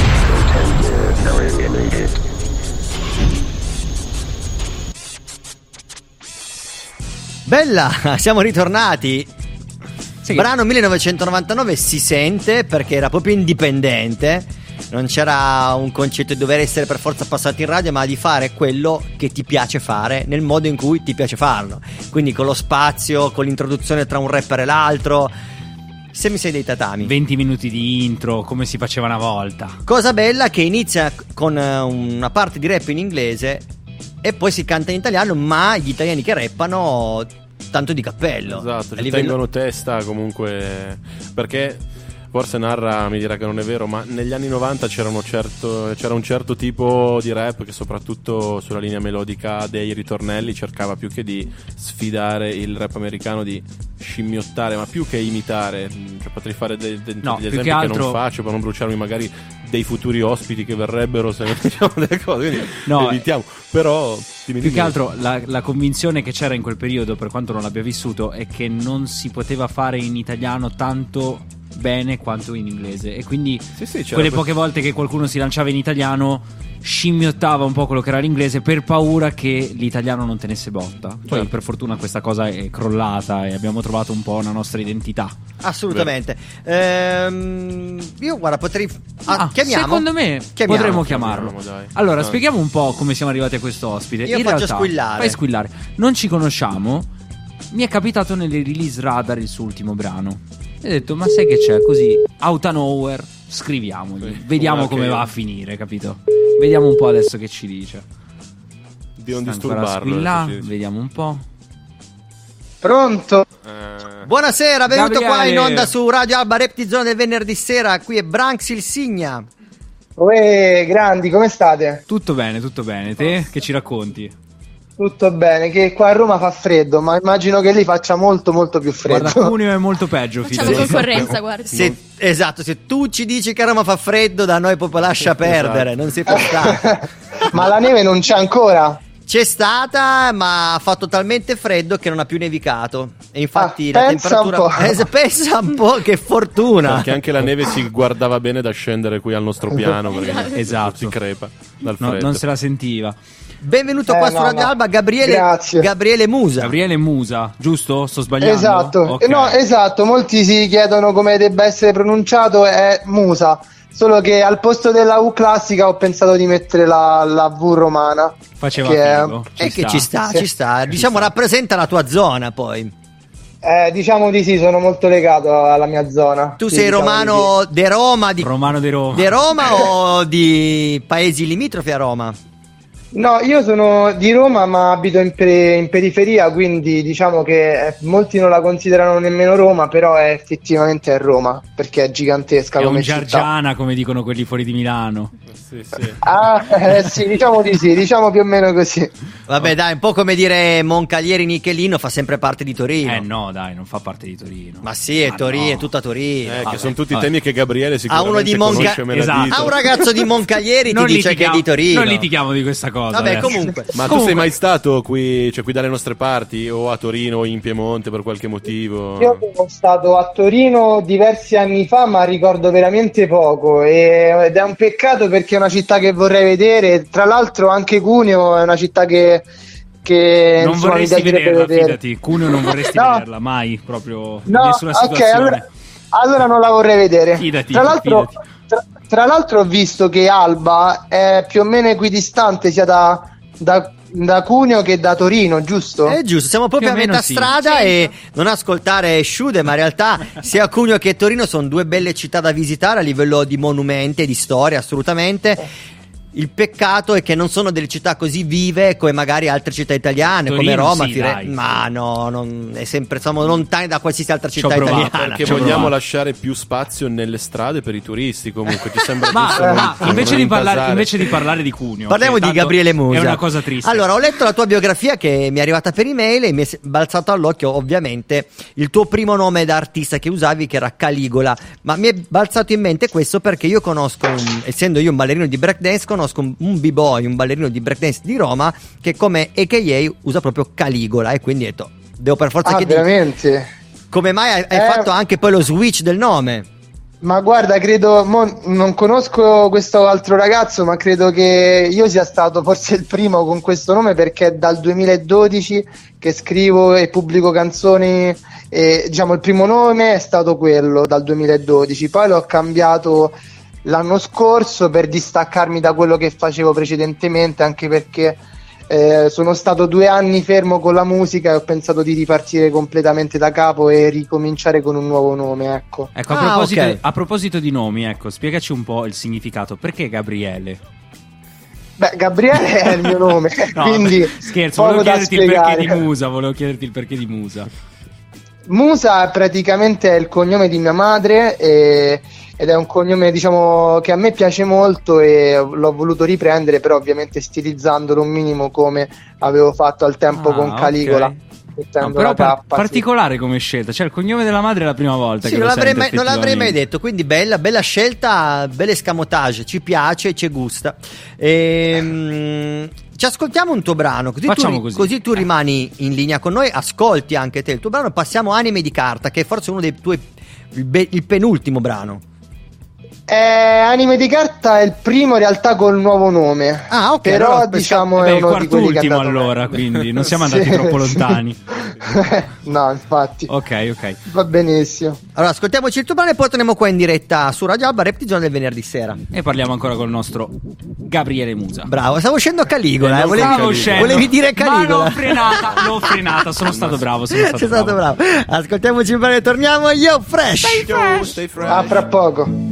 Bella, siamo ritornati. Sì. Brano 1999 si sente perché era proprio indipendente. Non c'era un concetto di dover essere per forza passato in radio, ma di fare quello che ti piace fare nel modo in cui ti piace farlo. Quindi con lo spazio, con l'introduzione tra un rapper e l'altro. Se mi sei dei tatami, 20 minuti di intro come si faceva una volta. Cosa bella che inizia con una parte di rap in inglese e poi si canta in italiano, ma gli italiani che rappano tanto di cappello. Esatto, ci tengono testa comunque, perché forse Narra mi dirà che non è vero, ma negli anni 90 c'era un certo tipo di rap che soprattutto sulla linea melodica dei ritornelli cercava più che di sfidare il rap americano, di scimmiottare, ma più che imitare. Cioè, potrei fare degli esempi che non faccio per non bruciarmi magari dei futuri ospiti che verrebbero se ne diciamo delle cose, quindi evitiamo. Però più che altro la convinzione che c'era in quel periodo, per quanto non l'abbia vissuto, è che non si poteva fare in italiano tanto bene quanto in inglese, e quindi quelle poche volte che qualcuno si lanciava in italiano scimmiottava un po' quello che era l'inglese per paura che l'italiano non tenesse botta. Poi per fortuna questa cosa è crollata e abbiamo trovato un po' una nostra identità. Assolutamente. Io guarda, potrei chiamiamo. Secondo me potremmo chiamarlo. Allora spieghiamo un po' come siamo arrivati a questo ospite. Io faccio squillare. Fai squillare. Non ci conosciamo. Mi è capitato nelle release radar il suo ultimo brano e ho detto, ma sai che c'è, così out of nowhere scriviamogli, vediamo come va a finire, capito? Vediamo un po' adesso che ci dice. Di non disturbarlo. Vediamo un po'. Pronto? Buonasera, benvenuto Gabriele. qua in onda su Radio Alba Repti Zona del venerdì sera. Qui è Branks il Signa. Uè, grandi, come state? Tutto bene. Te che ci racconti? Tutto bene, che qua a Roma fa freddo, ma immagino che lì faccia molto molto più freddo. Guarda, Cuneo è molto peggio. Facciamo concorrenza, guarda. Esatto, se tu ci dici che a Roma fa freddo, da noi proprio lascia perdere, non si può stare. Ma la neve non c'è ancora? C'è stata, ma ha fatto talmente freddo che non ha più nevicato. E infatti la pensa temperatura. un po'. Pensa un po', che fortuna! Perché anche la neve si guardava bene da scendere qui al nostro piano. Perché Esatto. si crepa dal No, freddo. non se la sentiva. Benvenuto qua su Radio Alba, Gabriele Musa. Gabriele Musa, giusto? Sto sbagliando? Esatto, Ok. no, esatto, molti si chiedono come debba essere pronunciato, è Musa, solo che al posto della U classica ho pensato di mettere la V romana. Faceva che figo. Ci sta. Sì. Diciamo, rappresenta la tua zona poi. Diciamo di sì, sono molto legato alla mia zona. Tu Sì, sei diciamo romano di sì. Romano de Roma. di Roma o di paesi limitrofi a Roma? No, io sono di Roma ma abito in periferia, quindi diciamo che molti non la considerano nemmeno Roma, però effettivamente è Roma, perché è gigantesca È come un città. Giargiana, come dicono quelli fuori di Milano. Sì, diciamo di sì, diciamo più o meno così. Vabbè, dai, un po' come dire Moncalieri Nichelino fa sempre parte di Torino. No, dai, non fa parte di Torino. Ma sì, è Torino, è tutta Torino. Che sono tutti temi che Gabriele A sicuramente uno di conosce menadito. A un ragazzo di Moncalieri ti Non dice che è di Torino. Non litighiamo di questa cosa. Vabbè, adesso. comunque. Ma tu sei mai stato qui, cioè qui dalle nostre parti, o a Torino o in Piemonte per qualche motivo? Io sono stato a Torino diversi anni fa, ma ricordo veramente poco ed è un peccato perché è una città che vorrei vedere. Tra l'altro anche Cuneo è una città che non insomma, vorresti mi piacerebbe vederla, vedere. fidati. Cuneo non vorresti No. vederla mai, proprio No, nessuna ok, situazione. allora non la vorrei vedere. Fidati, Tra l'altro, fidati. tra l'altro ho visto che Alba è più o meno equidistante sia da Cuneo che da Torino, giusto? È giusto, siamo proprio a Più o meno metà sì. strada e non ascoltare Sciude, ma in realtà sia Cuneo che Torino sono due belle città da visitare a livello di monumenti e di storia, assolutamente. Il peccato è che non sono delle città così vive come magari altre città italiane, Torino, come Roma, sì, Firenze. dai. Ma no, è sempre, siamo lontani da qualsiasi altra Ci ho città provato, italiana. Perché Ci ho vogliamo provato. lasciare più spazio nelle strade per i turisti, comunque ti sembra giusto Ma non invece di intasare? parlare di Cuneo, Parliamo che di tanto Gabriele Musa. È una cosa triste. Allora, ho letto la tua biografia che mi è arrivata per email e mi è balzato all'occhio ovviamente il tuo primo nome da artista che usavi, che era Caligola. Ma mi è balzato in mente questo perché io conosco, essendo io un ballerino di breakdance, conosco un b-boy, un ballerino di breakdance di Roma che come AKA usa proprio Caligola, e quindi ho detto, devo per forza che veramente? come mai hai fatto anche poi lo switch del nome? Ma guarda, credo, non conosco questo altro ragazzo, ma credo che io sia stato forse il primo con questo nome, perché è dal 2012 che scrivo e pubblico canzoni e diciamo il primo nome è stato quello, dal 2012, poi l'ho cambiato l'anno scorso per distaccarmi da quello che facevo precedentemente, anche perché sono stato 2 anni fermo con la musica e ho pensato di ripartire completamente da capo e ricominciare con un nuovo nome, ecco. Ecco, a proposito di nomi, ecco, spiegaci un po' il significato. Perché Gabriele? Beh, Gabriele è il mio nome, No, quindi scherzo, poco volevo da chiederti il perché spiegare. di Musa. Volevo chiederti il perché di Musa. Musa praticamente è il cognome di mia madre ed è un cognome, diciamo, che a me piace molto e l'ho voluto riprendere, però ovviamente stilizzandolo un minimo come avevo fatto al tempo con Caligola. ok. mettendo No, però la K, sì. particolare come scelta, cioè il cognome della madre è la prima volta Sì, che non lo l'avrei, sento non l'avrei mai effettivamente. detto, quindi bella scelta, belle escamotage, ci piace, ci gusta. Ci ascoltiamo un tuo brano, Facciamo così. tu rimani in linea con noi, ascolti anche te il tuo brano, passiamo a Anime di carta, che è forse uno dei tuoi, il penultimo brano. Anime di carta è il primo in realtà col nuovo nome. Ah, ok. Però allora, diciamo Vabbè, è il uno di quelli che è quart'ultimo andato allora, meglio. quindi non siamo andati Sì, troppo sì. lontani. No, infatti. Ok. Va benissimo. Allora, ascoltiamoci il tuo brano e poi torniamo qua in diretta su Radio Alba, Rap di Zona del venerdì sera. E parliamo ancora con il nostro Gabriele Musa. Bravo, stavo uscendo a Caligola, Non stavo volevi, uscendo. volevi dire Caligola. Ma l'ho frenata, sono stato bravo. Sei stato bravo. Ascoltiamoci il brano e torniamo. Yo, fresh. Stay fresh. A fra poco.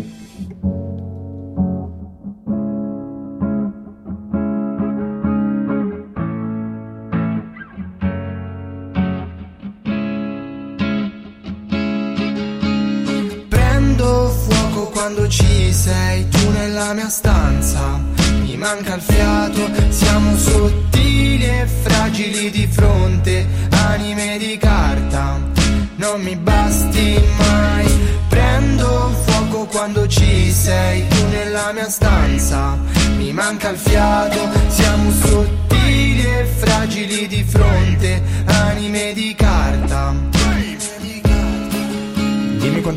Prendo fuoco quando ci sei tu nella mia stanza. Mi manca il fiato, siamo sottili e fragili di fronte, anime di carta, non mi basti mai. Prendo fuoco quando ci sei tu nella mia stanza. Mi manca il fiato, siamo sottili e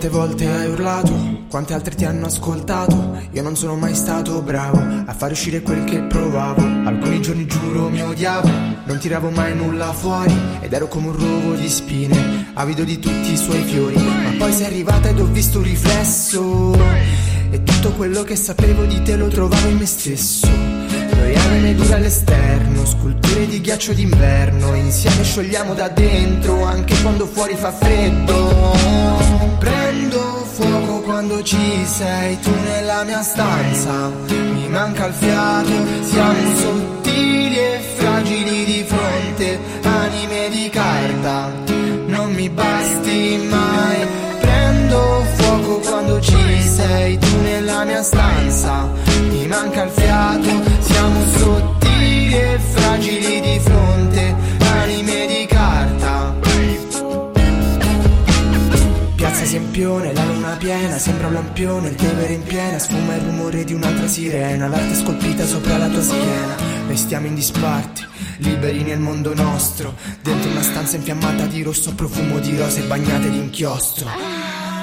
Quante volte hai urlato, quante altre ti hanno ascoltato. Io non sono mai stato bravo a far uscire quel che provavo. Alcuni giorni giuro mi odiavo, non tiravo mai nulla fuori ed ero come un rovo di spine, avido di tutti i suoi fiori. Ma poi sei arrivata ed ho visto un riflesso e tutto quello che sapevo di te lo trovavo in me stesso. Proiamo medura all'esterno, sculture di ghiaccio d'inverno, insieme sciogliamo da dentro anche quando fuori fa freddo. Prendo fuoco quando ci sei tu nella mia stanza, mi manca il fiato, siamo sottili e fragili di fronte, anime di carta, non mi basti mai. Prendo fuoco quando ci sei tu nella mia stanza, mi manca il fiato, siamo sottili e fragili di fronte, anime di carta. Piazza Sempione, la luna piena, sembra un lampione, il Tevere in piena, sfuma il rumore di un'altra sirena, l'arte scolpita sopra la tua schiena. Restiamo in disparte, liberi nel mondo nostro, dentro una stanza infiammata di rosso, profumo di rose bagnate di inchiostro.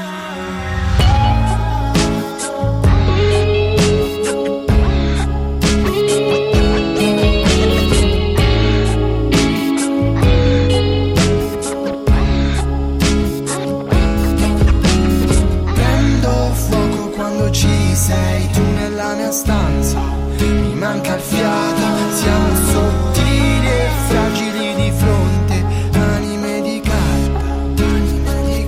Sei tu nella mia stanza, mi manca il fiato, siamo sottili e fragili di fronte, anime di carta, anime di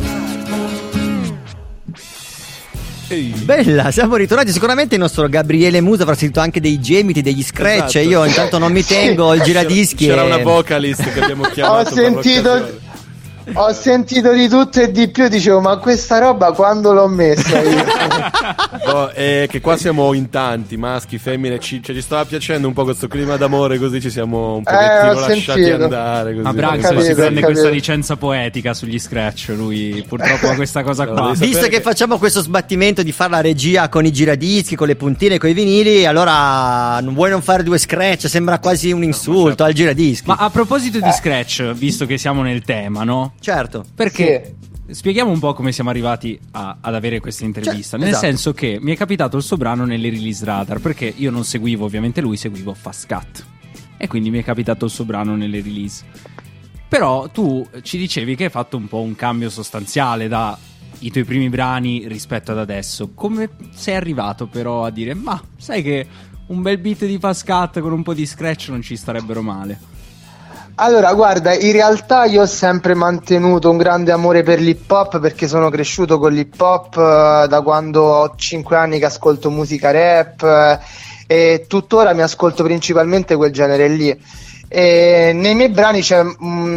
carta. Bella, siamo ritornati. Sicuramente il nostro Gabriele Musa avrà sentito anche dei gemiti, degli scratch. Esatto. Io intanto non mi tengo il giradischi. C'era una vocalist che abbiamo chiamato. Ho sentito di tutto e di più, dicevo ma questa roba quando l'ho messa io? No, è che qua siamo in tanti, maschi, femmine, ci stava piacendo un po' questo clima d'amore, così ci siamo un pochettino lasciati andare così. Ma Braxton si prende questa licenza poetica sugli scratch, lui purtroppo ha questa cosa qua. Visto che facciamo questo sbattimento di fare la regia con i giradischi, con le puntine, con i vinili, allora non vuoi non fare due scratch? Sembra quasi un insulto al giradischi. Ma a proposito di scratch, visto che siamo nel tema, no? Certo. Perché spieghiamo un po' come siamo arrivati ad avere questa intervista. Nel senso che mi è capitato il suo brano nelle release radar, perché io non seguivo ovviamente lui, seguivo Fast Cat, e quindi mi è capitato il suo brano nelle release. Però tu ci dicevi che hai fatto un po' un cambio sostanziale da i tuoi primi brani rispetto ad adesso. Come sei arrivato però a dire ma sai che un bel beat di Fast Cat con un po' di scratch non ci starebbero male? Allora, guarda, in realtà io ho sempre mantenuto un grande amore per l'hip hop, perché sono cresciuto con l'hip hop da quando ho 5 anni che ascolto musica rap, e tuttora mi ascolto principalmente quel genere lì. E nei miei brani c'è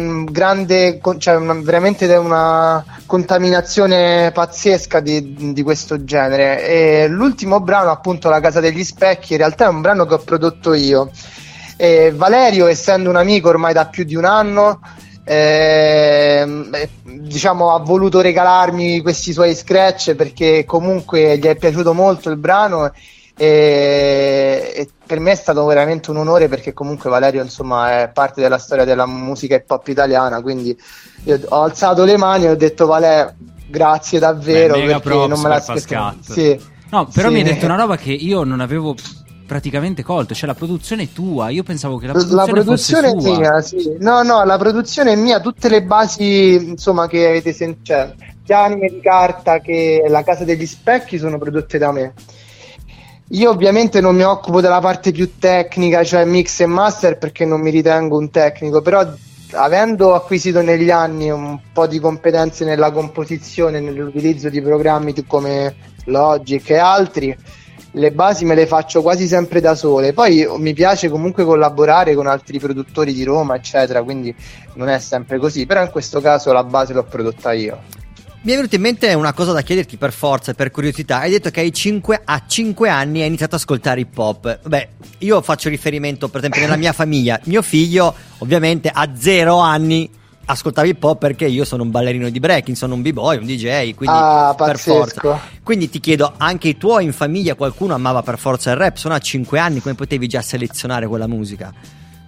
veramente una contaminazione pazzesca di questo genere. E l'ultimo brano, appunto La Casa degli Specchi, in realtà è un brano che ho prodotto io. Valerio, essendo un amico ormai da più di un anno, diciamo ha voluto regalarmi questi suoi scratch, perché comunque gli è piaciuto molto il brano, e per me è stato veramente un onore, perché comunque Valerio insomma è parte della storia della musica hip hop italiana, quindi io ho alzato le mani e ho detto Valerio, grazie davvero, perché non me l'aspettavo. Sì. No, però mi hai detto una roba che io non avevo praticamente colto, cioè la produzione è tua. Io pensavo che la produzione fosse sua. Mia, sì. No, la produzione è mia, tutte le basi insomma che avete sentito, cioè sia Anime di Carta che La Casa degli Specchi sono prodotte da me. Io ovviamente non mi occupo della parte più tecnica, cioè mix e master, perché non mi ritengo un tecnico, però avendo acquisito negli anni un po' di competenze nella composizione, nell'utilizzo di programmi come Logic e altri, le basi me le faccio quasi sempre da sole. Poi mi piace comunque collaborare con altri produttori di Roma, eccetera, quindi non è sempre così, però in questo caso la base l'ho prodotta io. Mi è venuta in mente una cosa da chiederti per forza e per curiosità. Hai detto che a 5 anni hai iniziato ad ascoltare hip hop. Beh, io faccio riferimento per esempio nella mia famiglia. Mio figlio ovviamente a 0 anni ascoltava hip hop, perché io sono un ballerino di breaking, sono un b-boy, un DJ, quindi per forza. Quindi ti chiedo, anche i tuoi in famiglia qualcuno amava per forza il rap? Sono a 5 anni, come potevi già selezionare quella musica?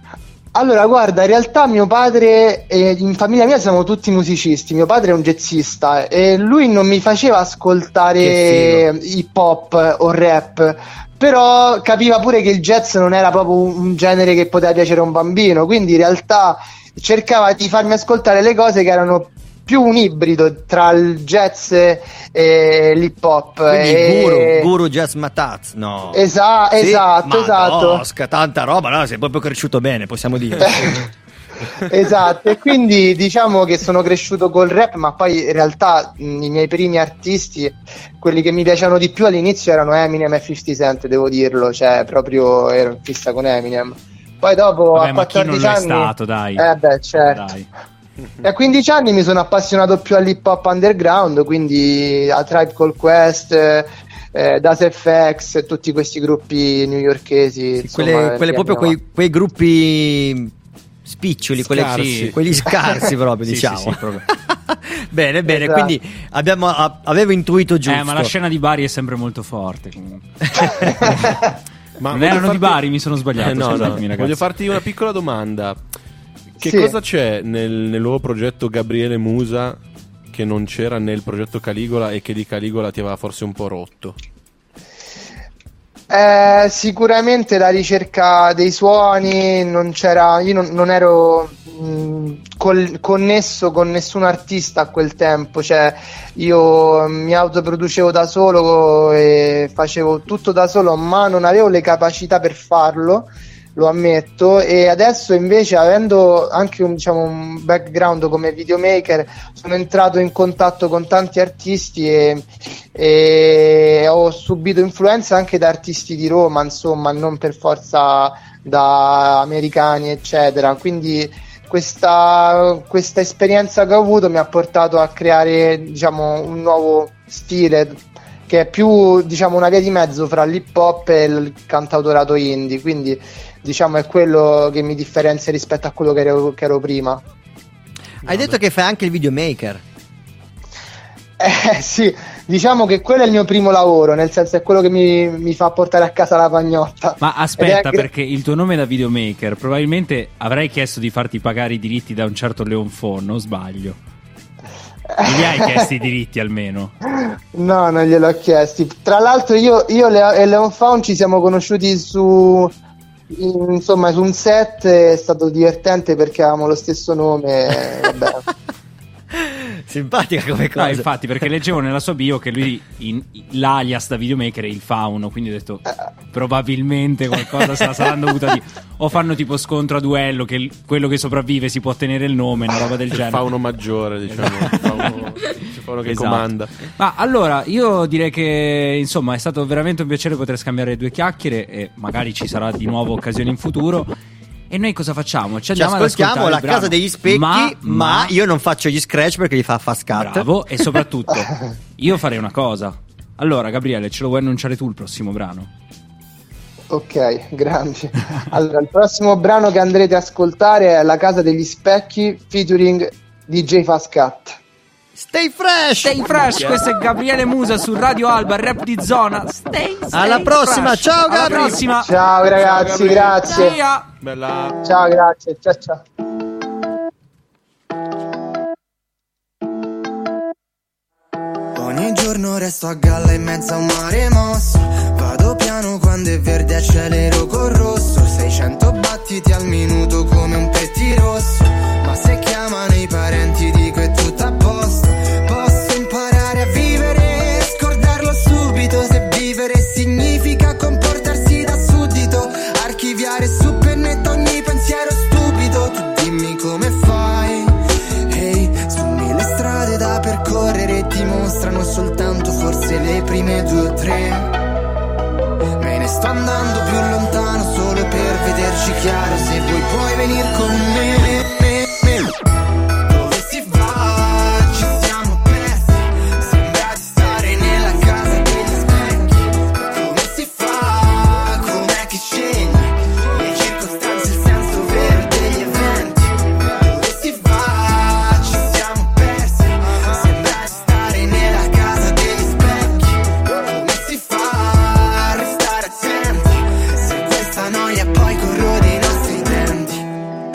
Allora, guarda, in realtà mio padre, in famiglia mia siamo tutti musicisti, mio padre è un jazzista e lui non mi faceva ascoltare hip hop o rap, però capiva pure che il jazz non era proprio un genere che poteva piacere a un bambino, quindi in realtà cercava di farmi ascoltare le cose che erano più un ibrido tra il jazz e l'hip hop. Quindi Guru Jazz Mataz, no? Esatto. Tanta roba, no? Sei proprio cresciuto bene, possiamo dire. Esatto, e quindi diciamo che sono cresciuto col rap, ma poi in realtà i miei primi artisti, quelli che mi piacevano di più all'inizio erano Eminem e 50 Cent, devo dirlo, cioè proprio ero in fissa con Eminem. Poi dopo a 14 anni... stato, dai. Certo. Dai. E a 15 anni mi sono appassionato più all'hip hop underground, quindi a Tribe Called Quest, Das FX e tutti questi gruppi newyorkesi. Quelle proprio quei gruppi spiccioli, quelli scarsi proprio, diciamo. Sì, proprio. Bene, Esatto. quindi avevo intuito giusto. Ma la scena di Bari è sempre molto forte comunque. Ma non erano di Bari, mi sono sbagliato. No, ragazzi. voglio farti una piccola domanda. Che Sì. cosa c'è nel nuovo progetto Gabriele Musa che non c'era nel progetto Caligola e che di Caligola ti aveva forse un po' rotto? Sicuramente la ricerca dei suoni non c'era, io non ero connesso con nessun artista a quel tempo, cioè io mi autoproducevo da solo e facevo tutto da solo, ma non avevo le capacità per farlo, lo ammetto, e adesso invece, avendo anche un background come videomaker, sono entrato in contatto con tanti artisti e ho subito influenza anche da artisti di Roma, insomma, non per forza da americani eccetera, quindi questa esperienza che ho avuto mi ha portato a creare un nuovo stile che è più una via di mezzo fra l'hip hop e il cantautorato indie, quindi è quello che mi differenzia rispetto a quello che ero prima. Hai detto che fai anche il videomaker. Sì, diciamo che quello è il mio primo lavoro, nel senso è quello che mi fa portare a casa la pagnotta. Ma aspetta, perché il tuo nome è da videomaker, probabilmente avrei chiesto di farti pagare i diritti da un certo Leon Fon, non sbaglio? Non gli hai chiesto i diritti almeno? No, non gliel'ho chiesti. Tra l'altro io e Leon Faun ci siamo conosciuti su un set, è stato divertente perché avevamo lo stesso nome. Vabbè. Simpatica come cosa. No, infatti, perché leggevo nella sua bio che lui l'alias da videomaker è il fauno, quindi ho detto probabilmente qualcosa saranno dovuta dire, o fanno tipo scontro a duello che quello che sopravvive si può tenere il nome, una roba del genere. Il fauno maggiore, diciamo. Il fauno che comanda. Ma allora io direi che insomma è stato veramente un piacere poter scambiare due chiacchiere e magari ci sarà di nuovo occasione in futuro. E noi cosa facciamo? Ci ascoltiamo La Casa degli Specchi, ma io non faccio gli scratch perché li fa fast cut. Bravo, e soprattutto io farei una cosa. Allora Gabriele, ce lo vuoi annunciare tu il prossimo brano? Ok, grandi. Allora, il prossimo brano che andrete a ascoltare è La Casa degli Specchi featuring DJ Fast Cut. Stay fresh, questo è Gabriele Musa su Radio Alba, rap di zona. Alla prossima, fresh. ciao Gabri. Alla prossima. Ciao ragazzi, grazie. Bella. Ciao, grazie. Ciao. Ogni giorno resto a galla in mezzo a un mare mosso. Vado piano quando è verde, accelero col rosso. 600 battiti al minuto come un pettirosso. Ma se chiamano i parenti dico è tutto a posto. Posso imparare a vivere, scordarlo subito. Se vivere significa comportarsi da suddito, archiviare su pennetta ogni pensiero stupido. Tu dimmi come fai. Hey, su 1000 strade da percorrere ti mostrano soltanto forse le prime 2 o 3. Me ne sto andando più lontano solo per vederci chiaro. Se vuoi puoi venir con me. Dove si va? Ci siamo persi. Sembra di stare nella casa degli specchi. Come si fa? Com'è che scegli le circostanze, il senso vero degli eventi? Dove si va? Ci siamo persi. Sembra di stare nella casa degli specchi. Come si fa a restare attenti se questa noia poi corrode i nostri denti?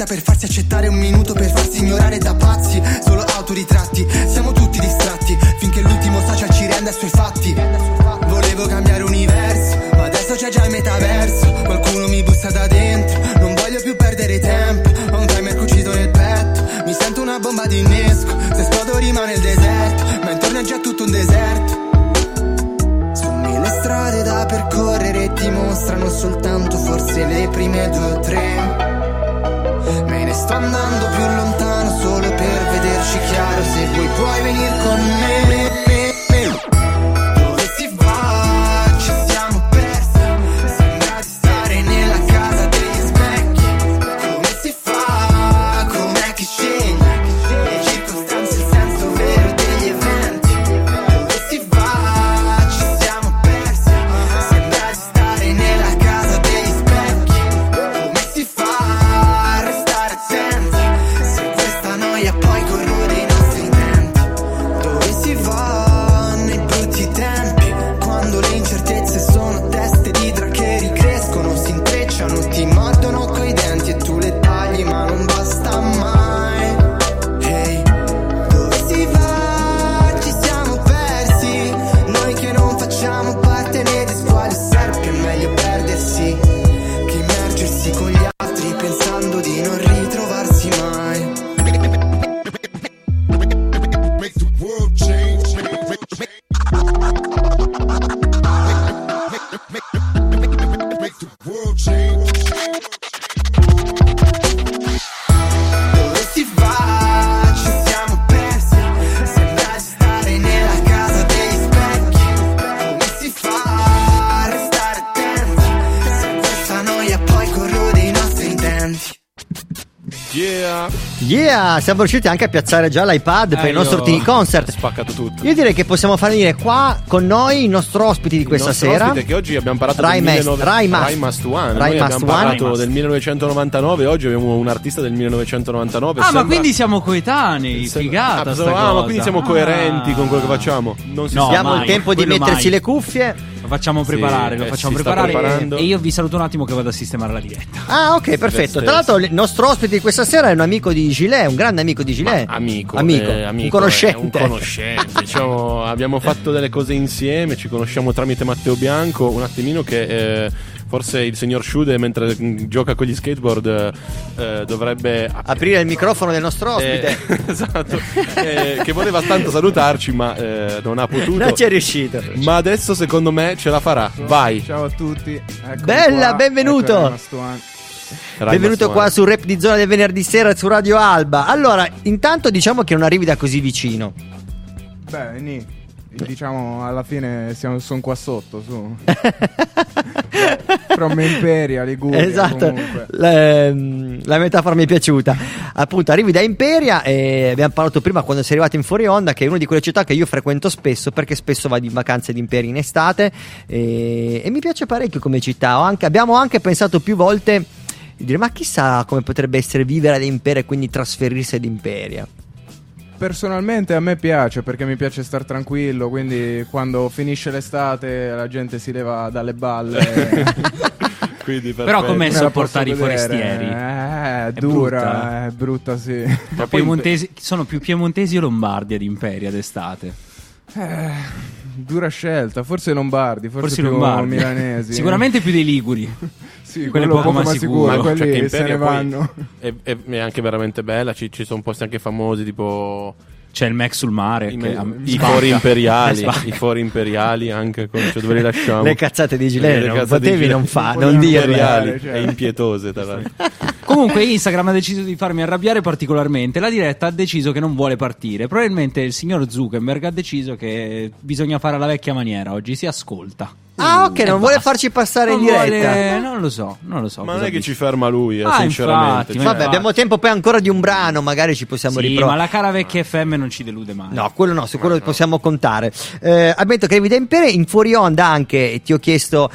per farsi accettare, un minuto per farsi ignorare da pazzi. Solo autoritratti, siamo tutti distratti, finché l'ultimo social ci rende assuefatti. Volevo cambiare universo, ma adesso c'è già il metaverso. Qualcuno mi bussa da dentro, non voglio più perdere tempo. Ho un timer cucito nel petto, mi sento una bomba di innesco. Se esplodo rimane il deserto, ma intorno è già tutto un deserto. Su 1000 strade da percorrere ti mostrano soltanto forse le prime 2 o 3. Me ne sto andando più lontano solo per vederci chiaro. Se vuoi puoi venire con me. Dove si va? Ci siamo persi. Sembra di stare nella casa degli specchi. Come si fa? Com'è che scegli le circostanze, il senso vero degli eventi? Dove si va? Ci siamo persi. Sembra di stare nella casa degli specchi. Come si fa a restare attenti se questa noia poi corrode i nostri intenti? Dove si va nei brutti tempi, quando le incertezze sono teste di dracche, crescono, si intrecciano, ti mordono coi denti e tu le tagli ma non basta mai. Hey, dove si va? Ci siamo persi, noi che non facciamo parte né di squali o serpi. È meglio perdersi che immergersi con gli altri pensando di non ritrovarsi mai. Make the world change. Make the world change. Dove si va? Ci siamo persi, sembra di stare nella casa degli specchi. Come si fa a restare attenti se questa noia poi corrode i nostri intenti? Yeah, siamo riusciti anche a piazzare già l'iPad per il nostro Tini Concert. Spaccato tutto. Io direi che possiamo far venire qua con noi il nostro ospite di questa sera. Ospite che oggi abbiamo parlato Rai Must One. Noi abbiamo parlato One. del 1999, oggi abbiamo un artista del 1999. Ma quindi siamo coetanei, figata sta cosa. Ma quindi siamo coerenti con quello che facciamo. Non si Abbiamo il tempo di metterci le cuffie. Lo facciamo preparare, preparando. e io vi saluto un attimo che vado a sistemare la diretta. Ah, ok, perfetto. Tra l'altro il nostro ospite di questa sera è un amico di Gilet, un grande amico di Gilet. Amico, un conoscente. Diciamo, abbiamo fatto delle cose insieme, ci conosciamo tramite Matteo Bianco, un attimino che forse il signor Sciude mentre gioca con gli skateboard dovrebbe aprire il microfono del nostro ospite. Esatto. Che voleva tanto salutarci ma non ha potuto. Non ci è riuscito. Ma adesso secondo me ce la farà. Vai. Ciao a tutti. Eccomi Bella, qua. benvenuto. Benvenuto qua su Rap di Zona del venerdì sera su Radio Alba. Allora, intanto diciamo che non arrivi da così vicino. Beh, diciamo alla fine sono qua sotto su. From Imperia, Liguria. Esatto, la metafora mi è piaciuta. Appunto, arrivi da Imperia e abbiamo parlato prima quando sei arrivato in Fuori Onda che è una di quelle città che io frequento spesso perché spesso vado in vacanze di Imperia in estate e mi piace parecchio come città. Abbiamo anche pensato più volte di dire ma chissà come potrebbe essere vivere ad Imperia e quindi trasferirsi ad Imperia. Personalmente a me piace perché mi piace star tranquillo, quindi quando finisce l'estate la gente si leva dalle balle. Quindi però com'è sopportare i forestieri? È dura, è brutta sì. Ma sono più piemontesi o lombardi ad Imperia d'estate? Dura scelta, forse lombardi, forse più lombardi. milanesi. Sicuramente più dei liguri. Sì, quelli poco ma sicuro. Quelli cioè che se ne vanno. È anche veramente bella, ci sono posti anche famosi tipo c'è il Mac sul mare i fori imperiali anche dove li lasciamo le cazzate di Gilet non potevi non dirle, è impietose tra l'altro. Comunque Instagram ha deciso di farmi arrabbiare particolarmente. La diretta ha deciso che non vuole partire. Probabilmente il signor Zuckerberg ha deciso che bisogna fare alla vecchia maniera. Oggi si ascolta. Ah, ok, non vuole farci passare in diretta. Non lo so. Ma non è che ci ferma lui, sinceramente. Infatti, vabbè, abbiamo tempo poi ancora di un brano, magari ci possiamo riprovare. Ma la cara vecchia FM non ci delude mai. No, quello no, su quello possiamo contare. Abbiamo detto che arrivi da Imperia, in Fuori Onda anche ti ho chiesto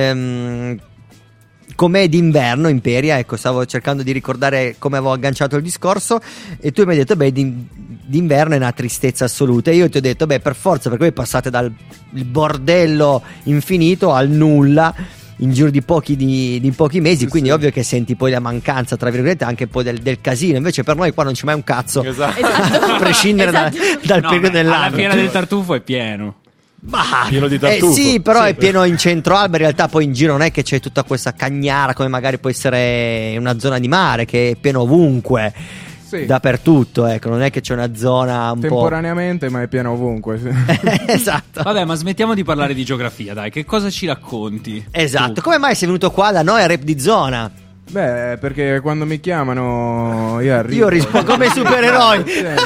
com'è d'inverno Imperia, ecco, stavo cercando di ricordare come avevo agganciato il discorso e tu mi hai detto d'inverno è una tristezza assoluta e io ti ho detto per forza, perché voi passate dal bordello infinito al nulla in giro di pochi mesi, quindi ovvio che senti poi la mancanza, tra virgolette, anche poi del casino. Invece per noi qua non c'è mai un cazzo, a prescindere dal periodo dell'anno. La fiera del tartufo è pieno. Pieno di tartufo. Sì, però è pieno in centro Alba. In realtà poi in giro non è che c'è tutta questa cagnara come magari può essere una zona di mare, che è pieno ovunque. Sì. Dappertutto, ecco, non è che c'è una zona un temporaneamente, ma è pieno ovunque. Esatto. Vabbè, ma smettiamo di parlare di geografia, dai, che cosa ci racconti? Esatto, tu? Come mai sei venuto qua da noi a Rap di Zona? Beh, perché quando mi chiamano io arrivo. Io rispondo come supereroi.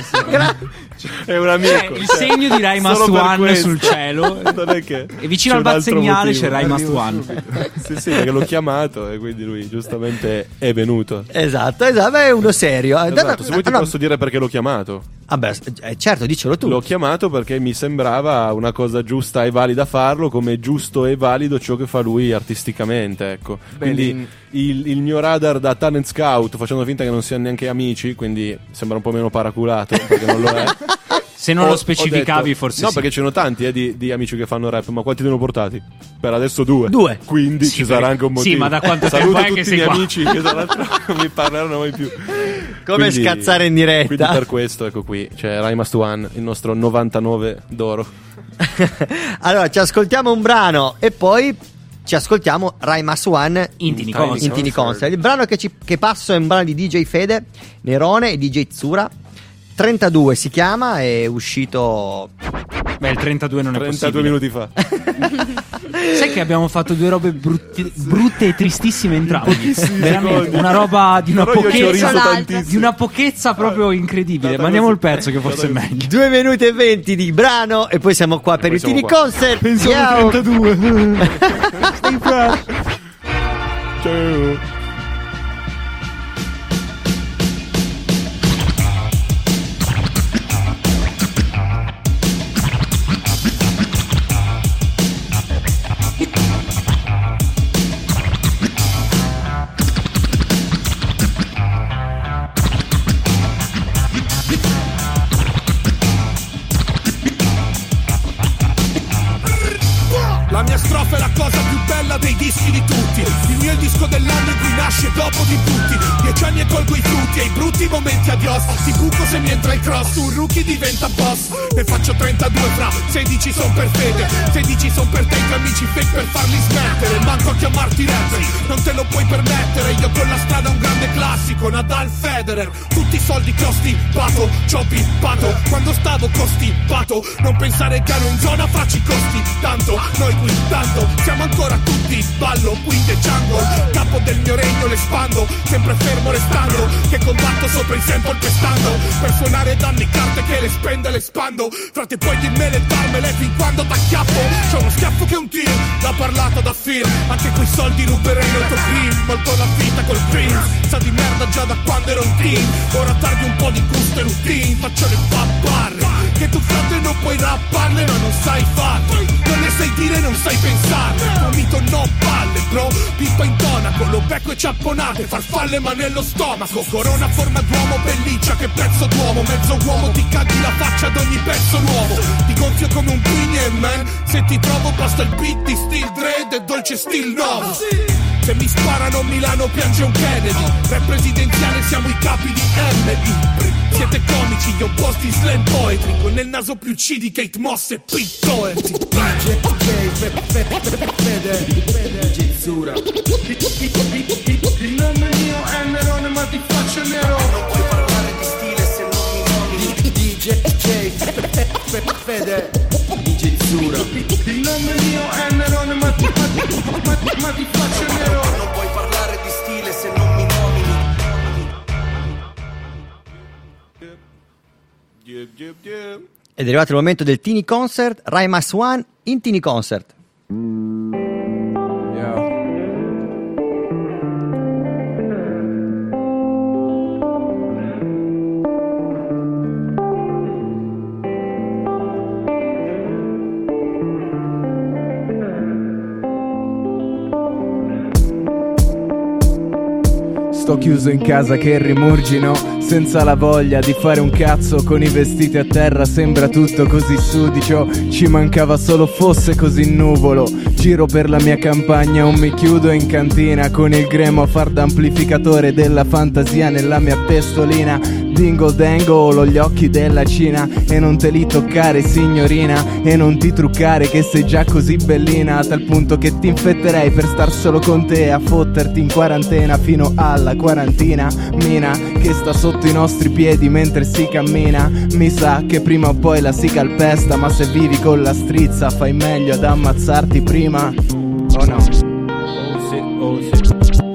È un amico. Il segno di Rai Must One sul cielo. Non è che e vicino al bat segnale c'è Rai Must One. Sì, perché l'ho chiamato e quindi lui giustamente è venuto. Esatto, è uno serio. Esatto. Se vuoi ti posso dire perché l'ho chiamato. Vabbè, certo, dicelo tu. L'ho chiamato perché mi sembrava una cosa giusta e valida farlo, come giusto e valido ciò che fa lui artisticamente, ecco. Quindi il mio radar da talent scout, facendo finta che non siano neanche amici, quindi sembra un po' meno paraculato perché non lo è. Se non lo specificavi, detto, forse no, sì. perché ce ne sono tanti di amici che fanno rap, ma quanti ne ho portati? Per adesso 2. Quindi sì, ci sarà anche un motivo. Sì, ma da quanto Saluto tempo è tutti che sei i miei qua? amici che tra l'altro non mi parleranno mai più. Come quindi, scazzare in diretta. Quindi per questo, ecco qui, c'è Rai Must One, il nostro 99 d'oro. Allora, ci ascoltiamo un brano e poi ci ascoltiamo Rai Must One in Tiny Concert. Il brano che passo è un brano di DJ Fede, Nerone e DJ Tsura. 32 si chiama, è uscito. Beh, il 32 non è 32 possibile. minuti fa. Sai che abbiamo fatto due robe brutte e tristissime entrambi. Veramente, una roba di una pochezza proprio incredibile. Ma andiamo il pezzo che forse è meglio. 2 minuti e 20 di brano e poi siamo qua per il Tiny Concert. Pensavo 32. Stay fresh. Ciao. La mia strofa è la cosa più bella dei dischi di tutti. Il mio è il disco dell'anno in cui nasce dopo di tutti. 10 anni e colgo i frutti e i brutti momenti adios. Ti buco se mi entra il cross, un rookie diventa boss. Ne faccio 32 fra 16 son per fede, 16 son per te, i tuoi amici fake per farli smettere. Manco a chiamarti rapper, non te lo puoi permettere. Io con la strada un grande classico, Nadal Federer. Tutti i soldi che ho stipato, ci ho pippato. Quando stavo costipato, non pensare che ero in zona facci costi tanto. Noi qui tanto, siamo ancora tutti in ballo, qui in the jungle. Capo del mio regno l'espando, sempre fermo restando, che combatto sopra il sample pestando. Per suonare dammi carte che le spendo e le spando. Frate puoi dimmele e darmele fin quando t'acchiappo. C'ho uno schiaffo che un tir, l'ha parlato da film. Anche quei soldi ruberei il tuo cream. Molto la vita col cream, sa di merda già da quando ero un teen. Ora tardi un po' di gusto e routine, faccio le papparre. Che tu frate non puoi rapparle ma non sai farle. Non ne sai dire, non sai pensare. Tuo mito no palle bro, pippa in tonaco, lo becco e ciapponate, farfalle ma nello stomaco. Corona forma d'uomo, pelliccia che pezzo d'uomo. Mezzo uomo ti caghi la faccia ad ogni pezzo nuovo. Ti gonfio come un pigno man, se ti trovo basta il beat di Steel Dread e dolce Steel Novo. Se mi sparano Milano piange un Kennedy. Rap presidenziale siamo i capi di MD. Siete comici, gli opposti slam poetry, con nel naso più C di Kate Moss e Pete Doherty. DJ Tsura. Il nome mio è Nerone ma ti faccio nero. Non puoi parlare di stile se non mi nomini. DJ Fede. DJ Tsura. Il nome mio è Nerone ma ti faccio nero. Non puoi parlare di stile se non mi nomini. Ed è arrivato il momento del Tiny Concert, Rai Must One in Tiny Concert. Sto sto chiuso in casa che rimurgino, senza la voglia di fare un cazzo, con i vestiti a terra sembra tutto così sudicio. Ci mancava solo fosse così nuvolo. Giro per la mia campagna, o mi chiudo in cantina con il gremo a far da amplificatore della fantasia nella mia testolina. Dingle dangle, gli occhi della Cina, e non te li toccare signorina, e non ti truccare che sei già così bellina, a tal punto che ti infetterei per star solo con te, a fotterti in quarantena fino alla quarantina. Mina che sta sotto i nostri piedi mentre si cammina, mi sa che prima o poi la si calpesta, ma se vivi con la strizza fai meglio ad ammazzarti prima. Oh no. Oh sì, oh sì.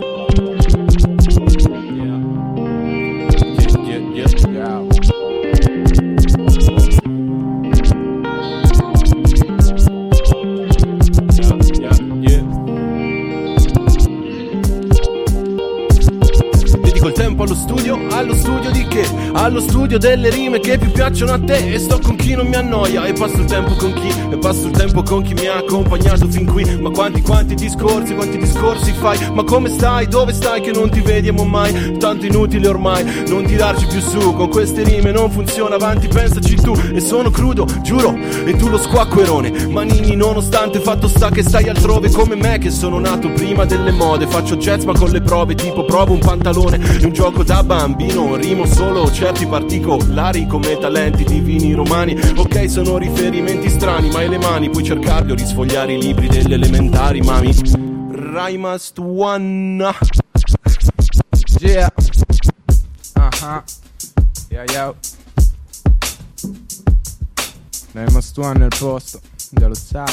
Allo studio di che? Allo studio delle rime che più piacciono a te, e sto con chi non mi annoia, e passo il tempo con chi, e passo il tempo con chi mi ha accompagnato fin qui. Ma quanti discorsi fai? Ma come stai? Dove stai che non ti vediamo mai? Tanto inutile ormai non tirarci più su, con queste rime non funziona, avanti pensaci tu. E sono crudo, giuro, e tu lo squacquerone. Manini nonostante, fatto sta che stai altrove, come me che sono nato prima delle mode. Faccio jazz ma con le prove, tipo provo un pantalone, è un gioco da bambino, rimo solo certi particolari come talenti divini romani. Ok, sono riferimenti strani, ma hai le mani, puoi cercarli o risfogliare i libri delle elementari, mami. Raimast one. Yeah. Uh-huh. Yeah, yeah. Raimast one nel posto, già lo sai.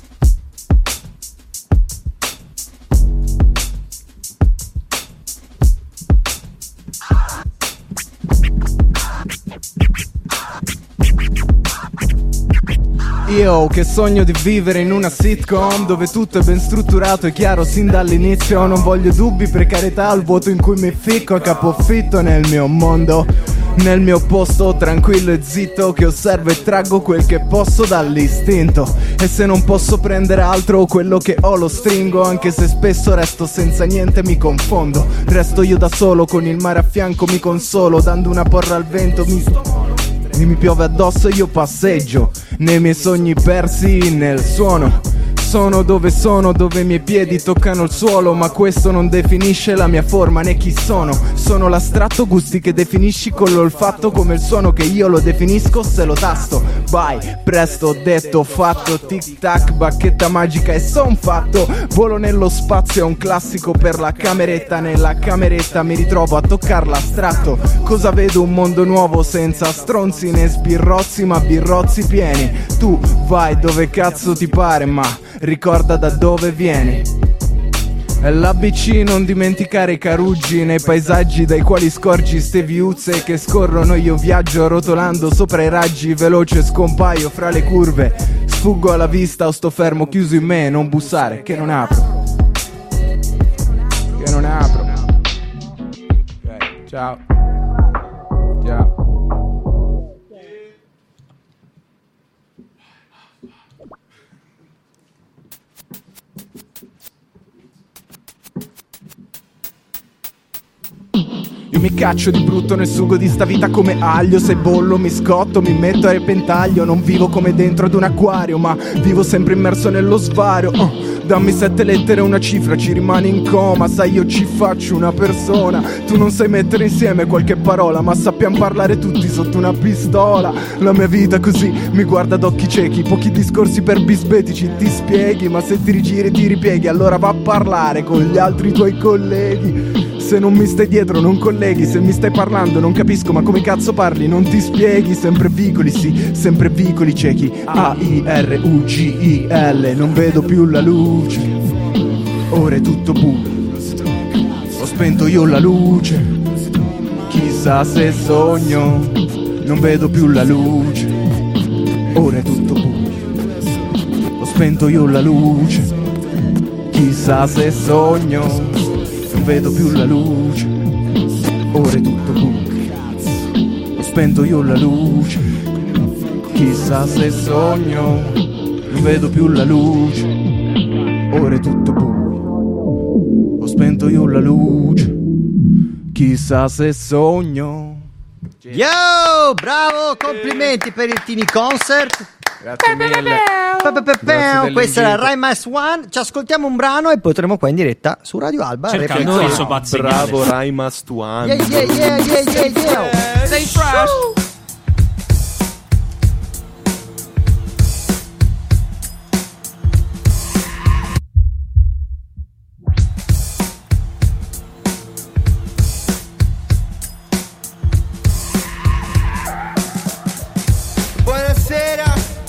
Io che sogno di vivere in una sitcom dove tutto è ben strutturato e chiaro sin dall'inizio. Non voglio dubbi, precarietà, al vuoto in cui mi ficco a capofitto nel mio mondo, nel mio posto tranquillo e zitto, che osservo e traggo quel che posso dall'istinto. E se non posso prendere altro, quello che ho lo stringo, anche se spesso resto senza niente, mi confondo. Resto io da solo con il mare a fianco, mi consolo dando una porra al vento, mi piove addosso e io passeggio nei miei sogni persi nel suono. Sono, dove i miei piedi toccano il suolo, ma questo non definisce la mia forma né chi sono. Sono l'astratto gusti che definisci con l'olfatto, come il suono che io lo definisco se lo tasto. Vai, presto, detto, fatto, tic tac, bacchetta magica e son fatto. Volo nello spazio, è un classico per la cameretta. Nella cameretta mi ritrovo a toccare l'astratto. Cosa vedo? Un mondo nuovo senza stronzi né sbirrozzi, ma birrozzi pieni. Tu vai dove cazzo ti pare, ma ricorda da dove vieni. E l'ABC, non dimenticare i caruggi nei paesaggi dai quali scorgi ste viuzze che scorrono. Io viaggio rotolando sopra i raggi, veloce scompaio fra le curve. Sfuggo alla vista o sto fermo chiuso in me, non bussare che non apro. Che non apro. Ok, ciao. Ciao. Io mi caccio di brutto nel sugo di sta vita come aglio. Se bollo mi scotto, mi metto a repentaglio. Non vivo come dentro ad un acquario, ma vivo sempre immerso nello svario. Dammi 7 lettere e una cifra, ci rimani in coma. Sai, io ci faccio una persona. Tu non sai mettere insieme qualche parola, ma sappiamo parlare tutti sotto una pistola. La mia vita così mi guarda ad occhi ciechi. Pochi discorsi per bisbetici ti spieghi, ma se ti rigiri e ti ripieghi, allora va a parlare con gli altri tuoi colleghi. Se non mi stai dietro non colleghi, se mi stai parlando non capisco, ma come cazzo parli non ti spieghi. Sempre vicoli, sì, sempre vicoli ciechi. A-I-R-U-G-I-L, non vedo più la luce, ora è tutto buio, ho spento io la luce. Chissà se sogno, non vedo più la luce, ora è tutto buio, ho spento io la luce. Chissà se sogno, non vedo più la luce, ora è tutto buio, ho spento io la luce. Chissà se sogno, non vedo più la luce, ora è tutto buio, ho spento io la luce. chissà se sogno. Yo, bravo, complimenti per il Tini Concert. Grazie mille. Questa era Rai Mas One. Ci ascoltiamo un brano e poi potremo qua in diretta su Radio Alba. Cercando il suo bazzignale. Bravo Rai Mas One. Yeah. Sei fresh. Buonasera.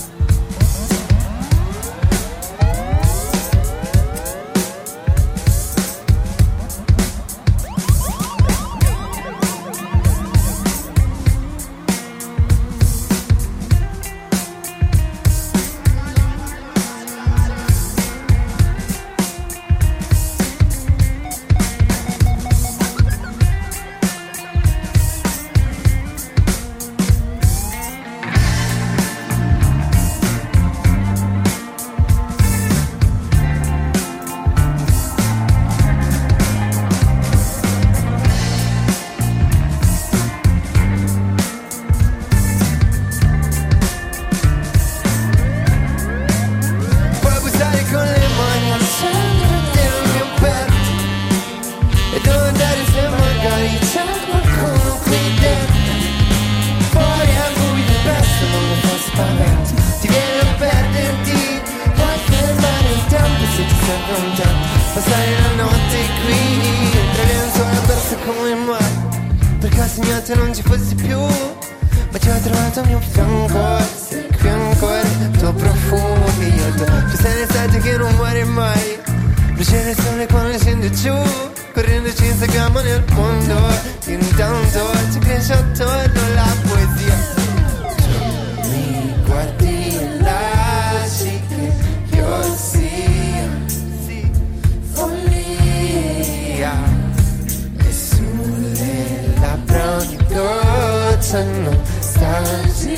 Se non ci fossi più, ma ti ho trovato a mio fianco. Sei qui ancora, il tuo profumo che io do. Tu sei l'estate che non muore mai. Luce nel sole quando scende giù, correndo ci inseguiamo nel mondo. Intanto ci cresce attorno la poesia. Tu mi guardi e lasci che io sia follia. Ogni goccia nostalgia.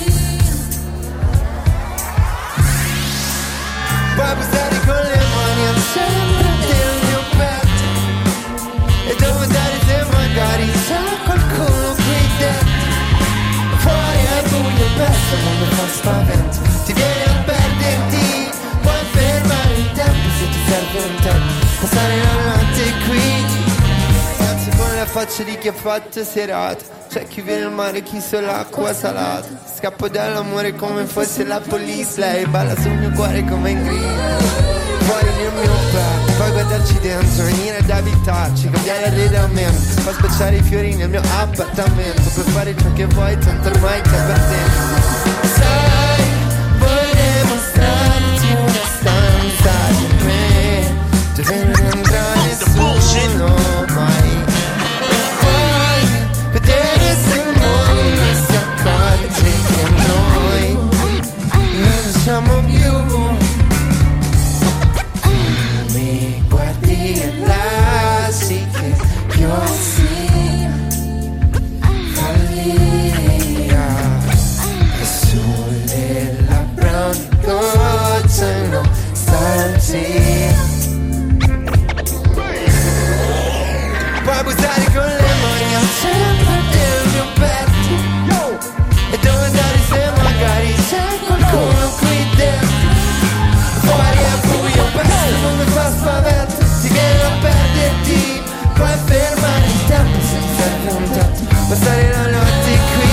Puoi posare con le mani al centro del mio petto. E dove andare se magari c'è qualcuno qui dentro. Fuori è buio e questo mondo fa spavento. Ti vieni a perderti, puoi fermare il tempo se ti serve un tempo. Passare la notte qui. La faccia di chi ha fatto serata. C'è chi viene al mare, chi sull'acqua salata. Scappo dall'amore come fosse la police. Lei balla sul mio cuore come in green. Fuori nel mio petto, poi guardarci dentro, venire ad abitarci, cambiare arredamento, far sbocciare i fiori nel mio appartamento. Puoi fare ciò che vuoi, tanto ormai ti appartiene. Sai, vorrei mostrarti una stanza di me, dove non andrà nessuno mai. Vedere se il mondo si accorge che noi non siamo più. Mi guardi e lasci che io sia follia. Sulle labbra ogni goccia nostalgia. Puoi bussare con le mani al centro del mio petto. E dove andare se magari c'è qualcuno qui dentro. Fuori è buio, questo non mi fa spavento. Ti viene a perderti, puoi fermare il tempo se ti serve un tempo. Passare la notte qui.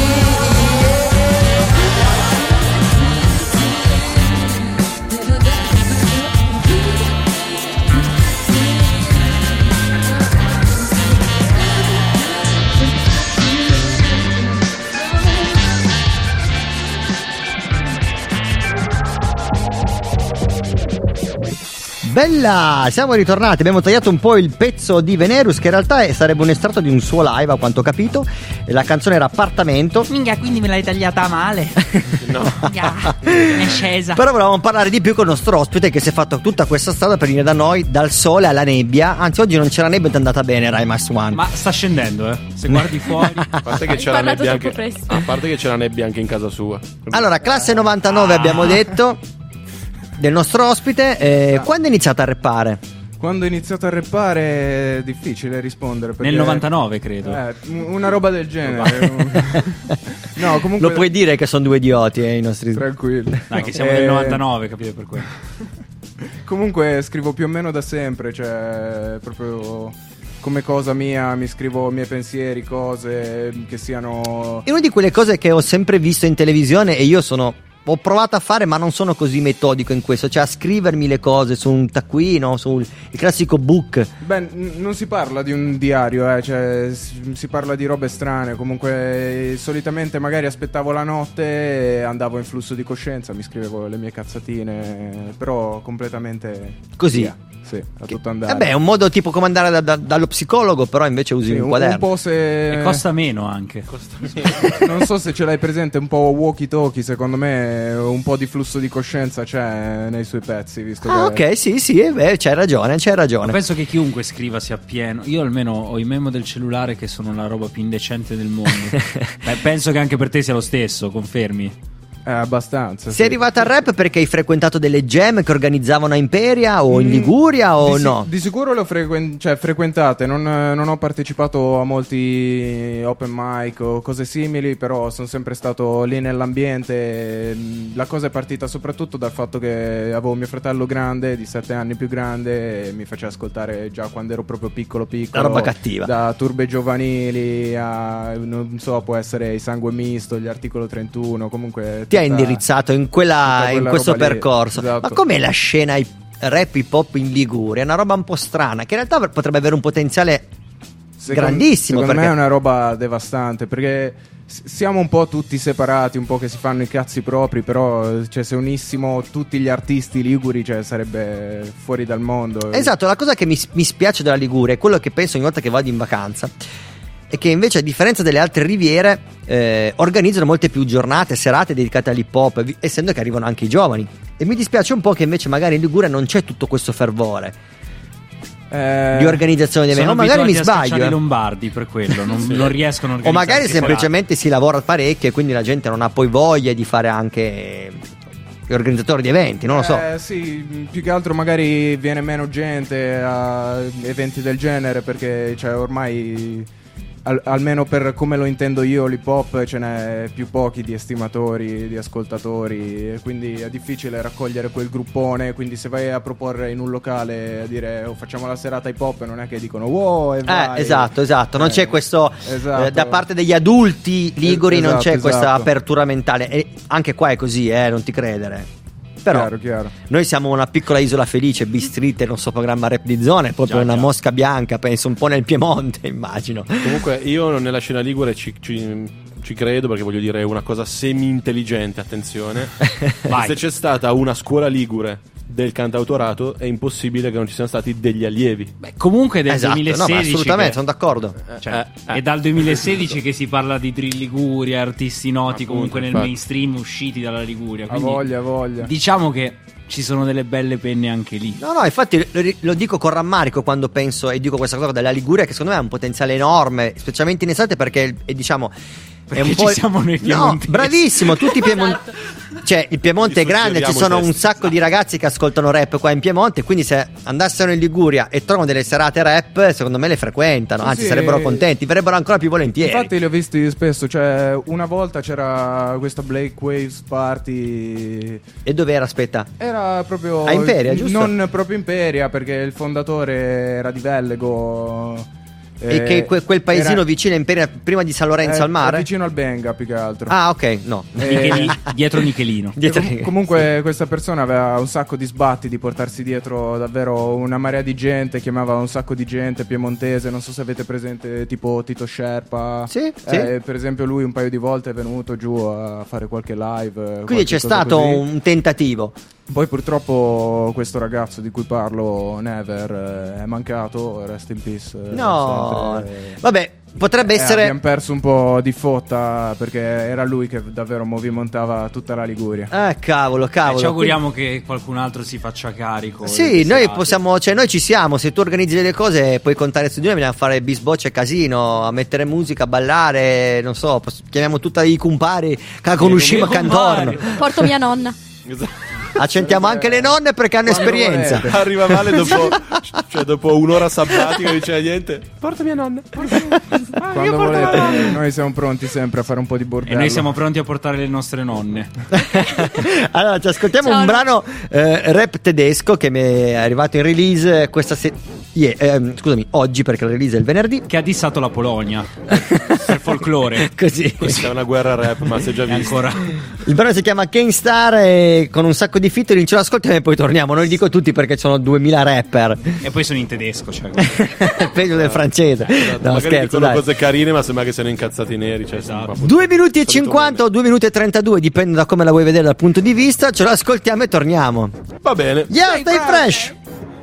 Bella, siamo ritornati, abbiamo tagliato un po' il pezzo di Venerus che in realtà sarebbe un estratto di un suo live a quanto ho capito, e la canzone era Appartamento. Minchia, quindi me l'hai tagliata male. No. È scesa. Però volevamo parlare di più con il nostro ospite che si è fatto tutta questa strada per venire da noi, dal sole alla nebbia. Anzi, oggi non c'è la nebbia ed è andata bene Rai Mas One. Ma sta scendendo, se guardi fuori. A parte che c'è la nebbia anche, a parte che c'è la nebbia anche in casa sua. Allora, classe 99 abbiamo detto del nostro ospite. Quando è iniziata a rappare? Quando ho iniziato a rappare è difficile rispondere perché... Nel 99 credo. Una roba del genere. No, comunque... Lo puoi dire che sono due idioti, i nostri... Tranquilli. Dai, che siamo nel 99, capite per quello. Comunque scrivo più o meno da sempre, cioè proprio come cosa mia, mi scrivo i miei pensieri, cose che siano... È una di quelle cose che ho sempre visto in televisione e io ho provato a fare, ma non sono così metodico in questo, cioè a scrivermi le cose su un taccuino, il classico book. Beh, non si parla di un diario, cioè si parla di robe strane. Comunque solitamente magari aspettavo la notte e andavo in flusso di coscienza, mi scrivevo le mie cazzatine, però completamente così. Via. Sì, a tutto andare. Vabbè, è un modo tipo come andare dallo psicologo, però invece usi un quaderno. Un po' se... E costa meno anche. Non so se ce l'hai presente, un po' walkie talkie, secondo me un po' di flusso di coscienza c'è nei suoi pezzi, visto che... Ok, sì, c'hai ragione. Ma penso che chiunque scriva sia pieno. Io almeno ho i memo del cellulare che sono la roba più indecente del mondo. Penso che anche per te sia lo stesso, confermi? Abbastanza. Sei arrivato al rap perché hai frequentato delle jam che organizzavano a Imperia o in Liguria o no? Di sicuro le ho frequentate, non ho partecipato a molti open mic o cose simili, però sono sempre stato lì nell'ambiente. La cosa è partita soprattutto dal fatto che avevo mio fratello grande, di 7 anni più grande, e mi faceva ascoltare già quando ero proprio piccolo. La roba cattiva. Da turbe giovanili a, non so, può essere i Sangue Misto, gli Articolo 31, comunque... Ti ha indirizzato in questo percorso. Esatto. Ma com'è la scena rap hip hop in Liguria? È una roba un po' strana, che in realtà potrebbe avere un potenziale grandissimo. Secondo me è una roba devastante, perché siamo un po' tutti separati, un po' che si fanno i cazzi propri, però cioè, se unissimo tutti gli artisti liguri, cioè, sarebbe fuori dal mondo. Esatto, la cosa che mi spiace della Liguria è quello che penso ogni volta che vado in vacanza, e che invece, a differenza delle altre riviere, organizzano molte più giornate, serate dedicate all'hip hop, essendo che arrivano anche i giovani. E mi dispiace un po' che invece magari in Liguria non c'è tutto questo fervore di organizzazione di eventi. O magari mi sbaglio. I lombardi per quello non riescono a organizzare. O magari semplicemente si lavora parecchio e quindi la gente non ha poi voglia di fare anche gli organizzatori di eventi, non lo so. Sì, più che altro magari viene meno gente a eventi del genere, perché cioè, ormai almeno per come lo intendo io, l'hip hop ce n'è più pochi di estimatori, di ascoltatori, e quindi è difficile raccogliere quel gruppone. Quindi se vai a proporre in un locale a dire facciamo la serata hip hop, non è che dicono wow e vai. Esatto, non c'è questo da parte degli adulti liguri, non c'è questa apertura mentale, e anche qua è così, non ti credere. Però chiaro. Noi siamo una piccola isola felice, B-Street, il nostro programma rap di zona è proprio una mosca bianca, penso un po' nel Piemonte, immagino. Comunque io nella scena ligure ci credo, perché voglio dire una cosa semi-intelligente, attenzione. Se c'è stata una scuola ligure del cantautorato, è impossibile che non ci siano stati degli allievi. Beh, comunque del 2016 no, assolutamente, sono d'accordo. È dal 2016 che si parla di Drill Liguria, artisti noti comunque nel mainstream usciti dalla Liguria. A voglia. Diciamo che ci sono delle belle penne anche lì. No, infatti lo dico con rammarico quando penso e dico questa cosa della Liguria, che secondo me ha un potenziale enorme, specialmente in estate, perché diciamo perché è un po'... siamo nei Piemonte. No, bravissimo, tutti i Piemonte. Cioè, il Piemonte è grande, ci sono un sacco di ragazzi che ascoltano rap qua in Piemonte, quindi se andassero in Liguria e trovano delle serate rap, secondo me le frequentano, anzi sarebbero contenti, verrebbero ancora più volentieri. Infatti li ho visti spesso, cioè una volta c'era questa Blake Waves Party. E dove era, aspetta? Era proprio a Imperia, giusto? Non proprio Imperia, perché il fondatore era di Vellego. E che quel paesino vicino a Imperia, prima di San Lorenzo al mare? Vicino al Benga, più che altro. Ah, ok, no. Dietro Nichelino. Comunque questa persona aveva un sacco di sbatti di portarsi dietro davvero una marea di gente, chiamava un sacco di gente piemontese, non so se avete presente tipo Tito Sherpa. Sì. Per esempio lui un paio di volte è venuto giù a fare qualche live. Quindi c'è stato un tentativo. Poi purtroppo questo ragazzo di cui parlo, Never, è mancato, rest in peace. No, vabbè, potrebbe essere... Abbiamo perso un po' di fotta, perché era lui che davvero movimentava tutta la Liguria. Cavolo. Ci auguriamo che qualcun altro si faccia carico. Sì, noi possiamo, cioè noi ci siamo, se tu organizzi delle cose puoi contare su di noi, bisogna fare bisbocce casino, a mettere musica, a ballare, non so, chiamiamo tutti i compari che conosciamo a Cantorno. Porto mia nonna. accettiamo anche le nonne perché hanno esperienza. Arriva Vale dopo un'ora sabbatica, non dice niente. Porta mia nonna. Quando volete, noi siamo pronti sempre a fare un po' di bordello. E noi siamo pronti a portare le nostre nonne. Allora, ci ascoltiamo un brano rap tedesco che mi è arrivato in release oggi, perché il release è il venerdì. Che ha dissato la Polonia per folklore. Così. Questa è una guerra rap, ma si è già visto. Ancora. Il brano si chiama Ken Star e con un sacco di featuring, ce lo ascoltiamo e poi torniamo. Non li dico tutti perché sono 2000 rapper. E poi sono in tedesco, cioè. Peggio del francese. No, magari scherzo, dicono dai. cose carine, ma sembra che siano incazzati neri. Cioè, 2 minuti e 50 o 2 minuti e 32, dipende da come la vuoi vedere dal punto di vista. Ce lo ascoltiamo e torniamo. Va bene. Yeah, stay fresh.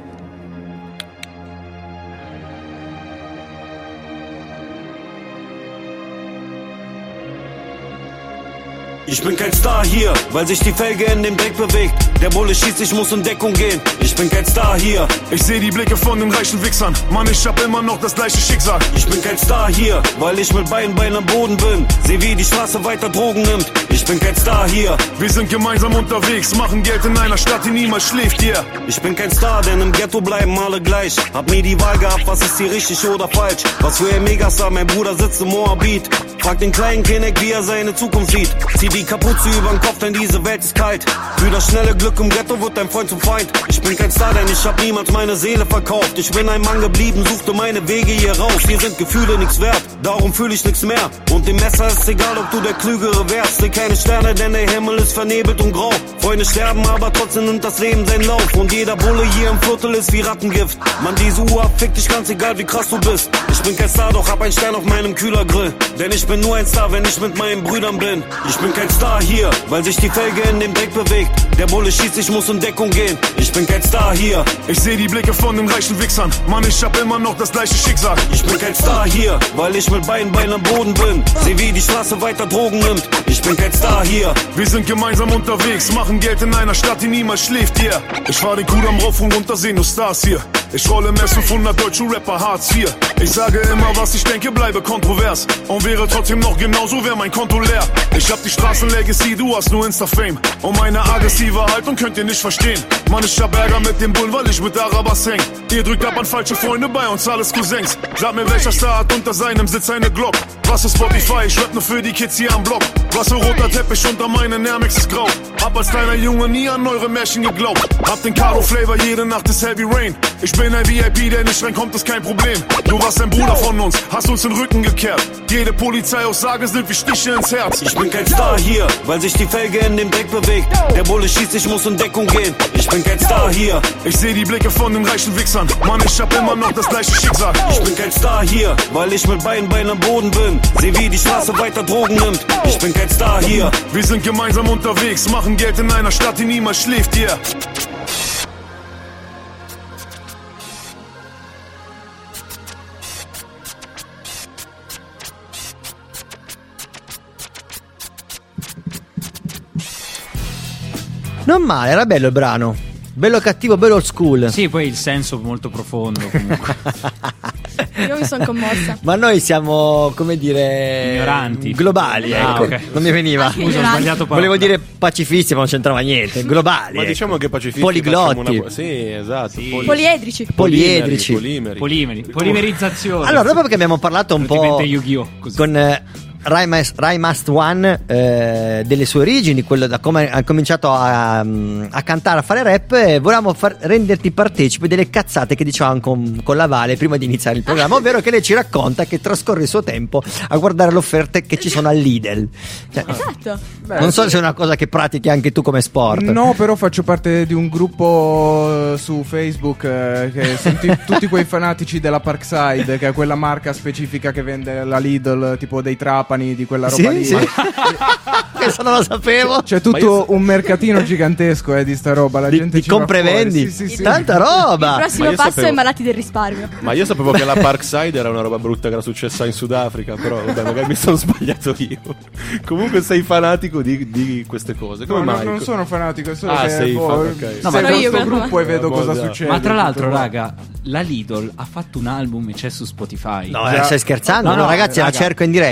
Ich bin kein Star hier, weil sich die Felge in dem Dreck bewegt. Der Bulle schießt, ich muss in Deckung gehen. Ich bin kein Star hier. Ich seh die Blicke von den reichen Wichsern. Mann, ich hab immer noch das gleiche Schicksal. Ich bin kein Star hier, weil ich mit beiden Beinen am Boden bin. Seh, wie die Straße weiter Drogen nimmt. Ich bin kein Star hier. Wir sind gemeinsam unterwegs, machen Geld in einer Stadt, die niemals schläft, yeah. Ich bin kein Star, denn im Ghetto bleiben alle gleich. Hab nie die Wahl gehabt, was ist hier richtig oder falsch. Was für ein Megastar, mein Bruder sitzt im Moabit. Frag den kleinen Kinect, wie er seine Zukunft sieht. Zieh die Kapuze übern Kopf, denn diese Welt ist kalt. Für das schnelle Glück im Ghetto wird dein Freund zum Feind. Ich bin kein Star, denn ich hab niemals meine Seele verkauft. Ich bin ein Mann geblieben, suchte meine Wege hier raus. Hier sind Gefühle nichts wert, darum fühl ich nichts mehr. Und dem Messer ist egal, ob du der Klügere wärst. Seh keine Sterne, denn der Himmel ist vernebelt und grau. Freunde sterben, aber trotzdem nimmt das Leben seinen Lauf. Und jeder Bulle hier im Viertel ist wie Rattengift. Mann, diese Uhr fickt dich ganz egal, wie krass du bist. Ich bin kein Star, doch hab einen Stern auf meinem Kühlergrill. Denn ich bin nur ein Star, wenn ich mit meinen Brüdern bin. Ich bin kein Star hier, weil sich die Felge in dem Dreck bewegt. Der Bulle schießt, ich muss in Deckung gehen. Ich bin kein Star hier. Ich seh die Blicke von den reichen Wichsern. Mann, ich hab immer noch das gleiche Schicksal. Ich bin kein Star hier, weil ich mit beiden Beinen am Boden bin. Seh, wie die Straße weiter Drogen nimmt. Ich bin kein Star hier. Wir sind gemeinsam unterwegs, machen Geld in einer Stadt, die niemals schläft, yeah. Ich fahr den Kudamm rauf und runter, seh nur Stars hier. Ich rolle mehr 500 deutsche Rapper, Hartz IV. Ich sage immer, was ich denke, bleibe kontrovers. Und wäre trotzdem noch genauso, wär mein Konto leer. Ich hab die Straßenlegacy, du hast nur Insta-Fame. Und meine aggressive Haltung könnt ihr nicht verstehen. Mann, ich hab Ärger mit dem Bullen, weil ich mit Arabas häng. Ihr drückt ab an falsche Freunde, bei uns alles Cousins. Sag mir, welcher Star hat unter seinem Sitz eine Glock? Was ist Spotify? Ich rapp nur für die Kids hier am Block. Was für roter Teppich unter meinen Air Max ist grau. Hab als kleiner Junge nie an eure Märchen geglaubt. Hab den Caro Flavor, jede Nacht ist Heavy Rain. Ich bin ein VIP, der nicht reinkommt, ist kein Problem. Du warst ein Bruder von uns, hast uns den Rücken gekehrt. Jede Polizeiaussage sind wie Stiche ins Herz. Ich bin kein Star hier, weil sich die Felge in dem Dreck bewegt. Der Bulle schießt, ich muss in Deckung gehen. Ich bin kein Star hier. Ich seh die Blicke von den reichen Wichsern. Mann, ich hab immer noch das gleiche Schicksal. Ich bin kein Star hier, weil ich mit beiden Beinen am Boden bin. Seh, wie die Straße weiter Drogen nimmt. Ich bin kein Star hier. Wir sind gemeinsam unterwegs, machen Geld in einer Stadt, die niemals schläft, yeah. Non male, era bello il brano. Bello cattivo, bello old school. Sì, poi il senso molto profondo comunque. Io mi sono commossa. Ma noi siamo, come dire, ignoranti, globali, ecco. Okay. Non mi veniva. Scusa, ho sbagliato parola. Volevo dire pacifisti, ma non c'entrava niente. Globali. Ma diciamo che pacifisti poliglotti. Sì, esatto. Sì. Poliedrici. Polimerizzazione. Allora, dopo che abbiamo parlato un po' Yu-Gi-Oh! Così. Con Rai Must One, delle sue origini, quello da come ha cominciato a cantare, a fare rap, volevamo renderti partecipe delle cazzate che dicevamo con la Vale prima di iniziare il programma, ovvero che lei ci racconta che trascorre il suo tempo a guardare le offerte che ci sono al Lidl. Cioè, esatto. Non so se è una cosa che pratichi anche tu come sport. No, però faccio parte di un gruppo su Facebook che sono tutti quei fanatici della Parkside, che è quella marca specifica che vende la Lidl, tipo dei Trapani, di quella roba lì. Sì. Questo non lo sapevo. C'è tutto un mercatino gigantesco di sta roba. La gente di ci compra e vendi. Sì. Tanta roba. Il prossimo passo è malati del risparmio. Ma io sapevo che la Parkside era una roba brutta che era successa in Sudafrica. Però vabbè, magari mi sono sbagliato io. Comunque sei fanatico di queste cose. Come mai? Non sono fanatico, solo che sei okay. No, ma io questo gruppo e vedo cosa succede. Ma tra l'altro, raga, la Lidl ha fatto un album e c'è su Spotify. No, stai scherzando? No, ragazzi, la cerco in diretta.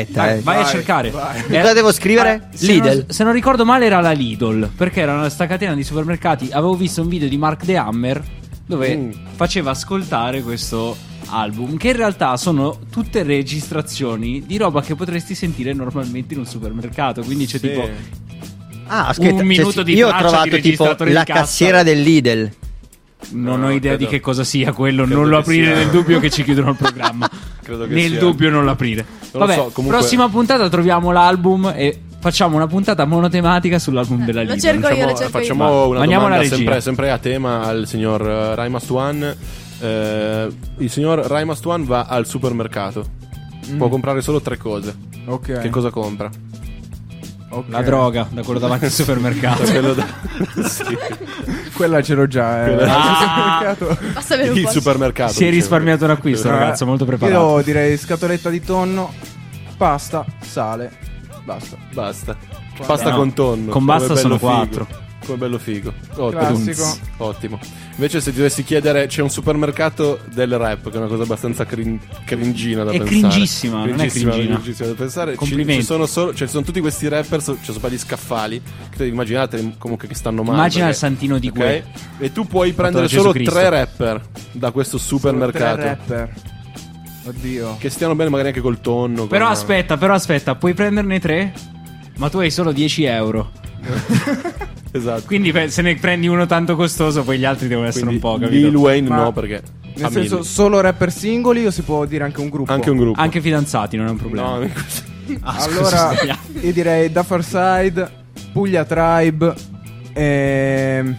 Vai a cercare. Cosa devo scrivere? Lidl. Se non ricordo male era la Lidl, perché era sta catena di supermercati. Avevo visto un video di Mark the Hammer dove faceva ascoltare questo album, che in realtà sono tutte registrazioni di roba che potresti sentire normalmente in un supermercato. Quindi c'è tipo aspetta, un minuto di io ho traccia trovato di tipo registratore la di cassa. cassiera del Lidl. Non ho idea credo- di che cosa sia quello. credo Non lo che aprire sia- nel dubbio che ci chiudono il programma. Credo che Nel sia- dubbio non l'aprire. Non lo Vabbè, so, comunque- prossima puntata troviamo l'album e facciamo una puntata monotematica sull'album della Lidl. Facciamo una Mandiamo la domanda regia. sempre a tema al signor Rai Must One. Il signor Rai Must One va al supermercato. Può comprare solo 3 cose. Ok. Che cosa compra? La droga, da quello davanti al supermercato. Da quello sì. Quella ce l'ho già. Quella- Basta avere un Il po'. supermercato. Si è risparmiato un acquisto, ragazzo, molto preparato. Io direi scatoletta di tonno, pasta, sale, basta. Pasta No, con tonno. con come basta bello sono figo. 4. Come bello figo. Classico. Ottimo. Invece se ti dovessi chiedere, c'è un supermercato del rap, che è una cosa abbastanza cringina da È pensare. cringissima, non è cringina. Cringissima da pensare. Complimenti. Ci sono tutti questi rapper, ci sono stati scaffali, che immaginate comunque che stanno male. Immagina perché- il santino di ok? Gue. E tu puoi prendere Gesù solo Cristo. 3 rapper da questo supermercato. 3 rapper. Oddio. Che stiano bene magari anche col tonno. Però con- aspetta, puoi prenderne 3? Ma tu hai solo 10 euro. Esatto. Quindi se ne prendi uno tanto costoso, poi gli altri devono essere Quindi un po', capito? Lil Wayne Ma- no, perché Nel a senso, mille. solo rapper singoli o si può dire anche un gruppo? Anche un gruppo. Anche fidanzati, non è un problema. No, Allora, io direi Da Farside, Puglia Tribe e